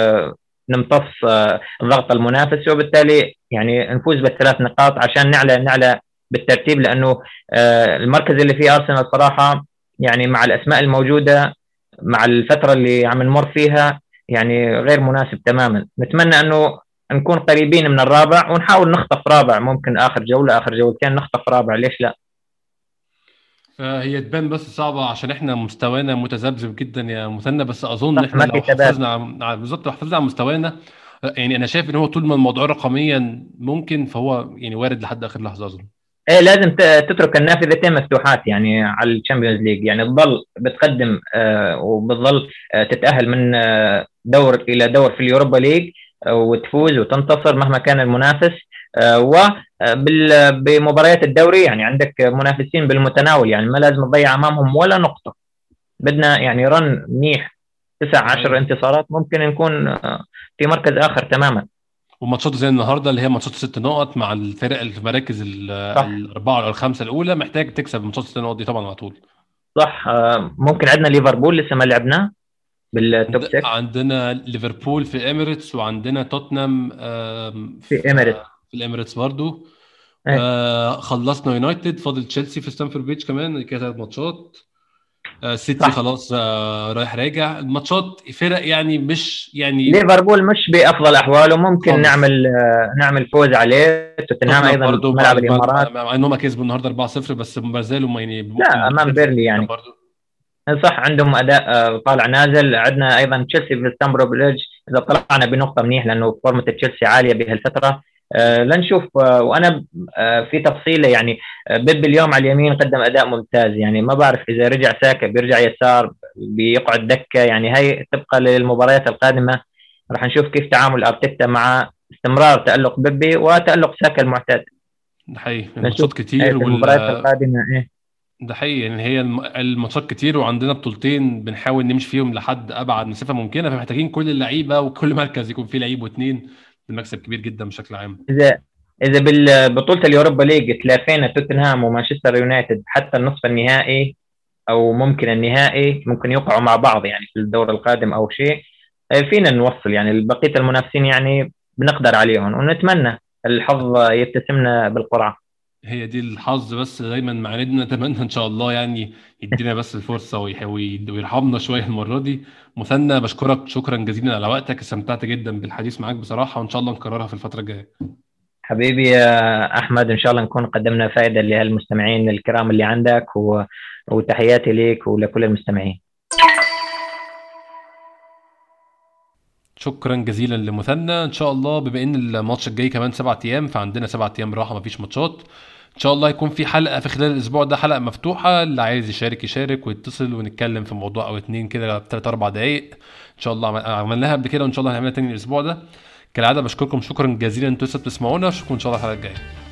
نمتص ضغط المنافس، وبالتالي يعني نفوز بالثلاث نقاط عشان نعلى بالترتيب. لانه المركز اللي فيه ارسنال صراحه يعني مع الاسماء الموجوده، مع الفتره اللي عم نمر فيها، يعني غير مناسب تماما. نتمنى انه نكون قريبين من الرابع، ونحاول نخطف رابع، ممكن اخر جوله اخر جولتين نخطف رابع، ليش لا؟ هي تبان بس صعبة عشان احنا مستوانا متذبذب جدا يا مثنى، بس اظن صح، احنا ما في لو ثبات. حافظنا بالظبط لو حافظنا على مستوانا. يعني انا شايف ان هو طول ما الموضوع رقميا ممكن، فهو يعني وارد لحد اخر لحظة اظن. ايه لازم تترك النافذتين مفتوحات يعني على الشامبيونز ليج، يعني تضل بتقدم وبتضل تتاهل من دور الى دور في اليوروبا ليج، وتفوز وتنتصر مهما كان المنافس. وبمباريات الدوري يعني عندك منافسين بالمتناول، يعني ما لازم تضيع امامهم ولا نقطه. بدنا يعني رن منيح، تسع ده عشر حقيقي. انتصارات، ممكن نكون في مركز اخر تماما. وماتشات زي النهارده اللي هي ماتشات 6 نقط مع الفرق اللي في مراكز صح. الاربعه او الخمسه الاولى، محتاج تكسب ماتشات 6 نقط دي طبعا على طول. صح. ممكن عندنا ليفربول لسه ما لعبناه بالتوب 6 عندنا ليفربول في اميريتس، وعندنا توتنهام في اميريتس. في الاميريتس برضو. ايه خلصنا يونايتد، فاضل تشيلسي في ستانفورد بيتش كمان كده 3 ماتشات. سيتي صح. خلاص رايح راجع الماتشات فرق يعني مش يعني ليفربول مش بافضل احواله، ممكن خالص. نعمل فوز عليه. توتنهام توتنهام ايضا برضو في ملعب الامارات. مع انهم كسبوا النهارده 4-0، بس ما زالوا يعني ممكن لا امام يختلفوا بيرلي جدا يعني. برضو. صح، عندهم اداء طالع نازل. عندنا ايضا تشيلسي في ستامبرو بريدج، اذا طلعنا بنقطه منيح، لانه فورمه تشيلسي عاليه بهالفتره. لنشوف. وانا في تفصيله يعني، بيب اليوم على اليمين قدم اداء ممتاز، يعني ما بعرف اذا رجع ساكا بيرجع يسار بيقعد دكه، يعني هي تبقى للمباريات القادمه. راح نشوف كيف تعامل ارتيتا مع استمرار تالق بيبي وتالق ساكا المعتاد. ده حقيقي نشوف الماتشات كتير في المباريات القادمه ايه. ده حقيقي يعني هي الماتشات كتير، وعندنا بطولتين بنحاول نمشي فيهم لحد ابعد مسافه ممكنه، فمحتاجين كل اللعيبه وكل مركز يكون فيه لعيب واتنين. المكسب كبير جدا بشكل عام. اذا بالبطوله اليوروبا ليج تلافينا توتنهام ومانشستر يونايتد حتى النصف النهائي، او ممكن النهائي، ممكن يوقعوا مع بعض يعني في الدور القادم او شيء. فينا نوصل يعني بقيه المنافسين، يعني بنقدر عليهم، ونتمنى الحظ يبتسمنا بالقرعه. هي دي الحظ بس دايما معاندنا، نتمنى ان شاء الله يعني يدينا بس الفرصه ويرحمنا شويه المره دي. مثنى بشكرك شكرا جزيلا على وقتك، استمتعت جدا بالحديث معاك بصراحه، وان شاء الله نكررها في الفتره الجايه. حبيبي يا أحمد، إن شاء الله نكون قدمنا فائدة للمستمعين الكرام اللي عندك، وتحياتي ليك ولكل المستمعين. شكرا جزيلا لمثنى. ان شاء الله بما ان الماتش الجاي كمان 7 ايام، فعندنا 7 ايام راحه مفيش ماتشات، ان شاء الله يكون في حلقه في خلال الاسبوع ده، حلقه مفتوحه، اللي عايز يشارك يشارك ويتصل ونتكلم في موضوع او اتنين كده 3 4 دقائق. ان شاء الله عملناها قبل كده وان شاء الله هنعملها تاني الاسبوع ده. كالعاده بشكركم شكرا جزيلا انتوا لسه بتسمعونا، اشوفكم ان شاء الله الحلقه الجايه.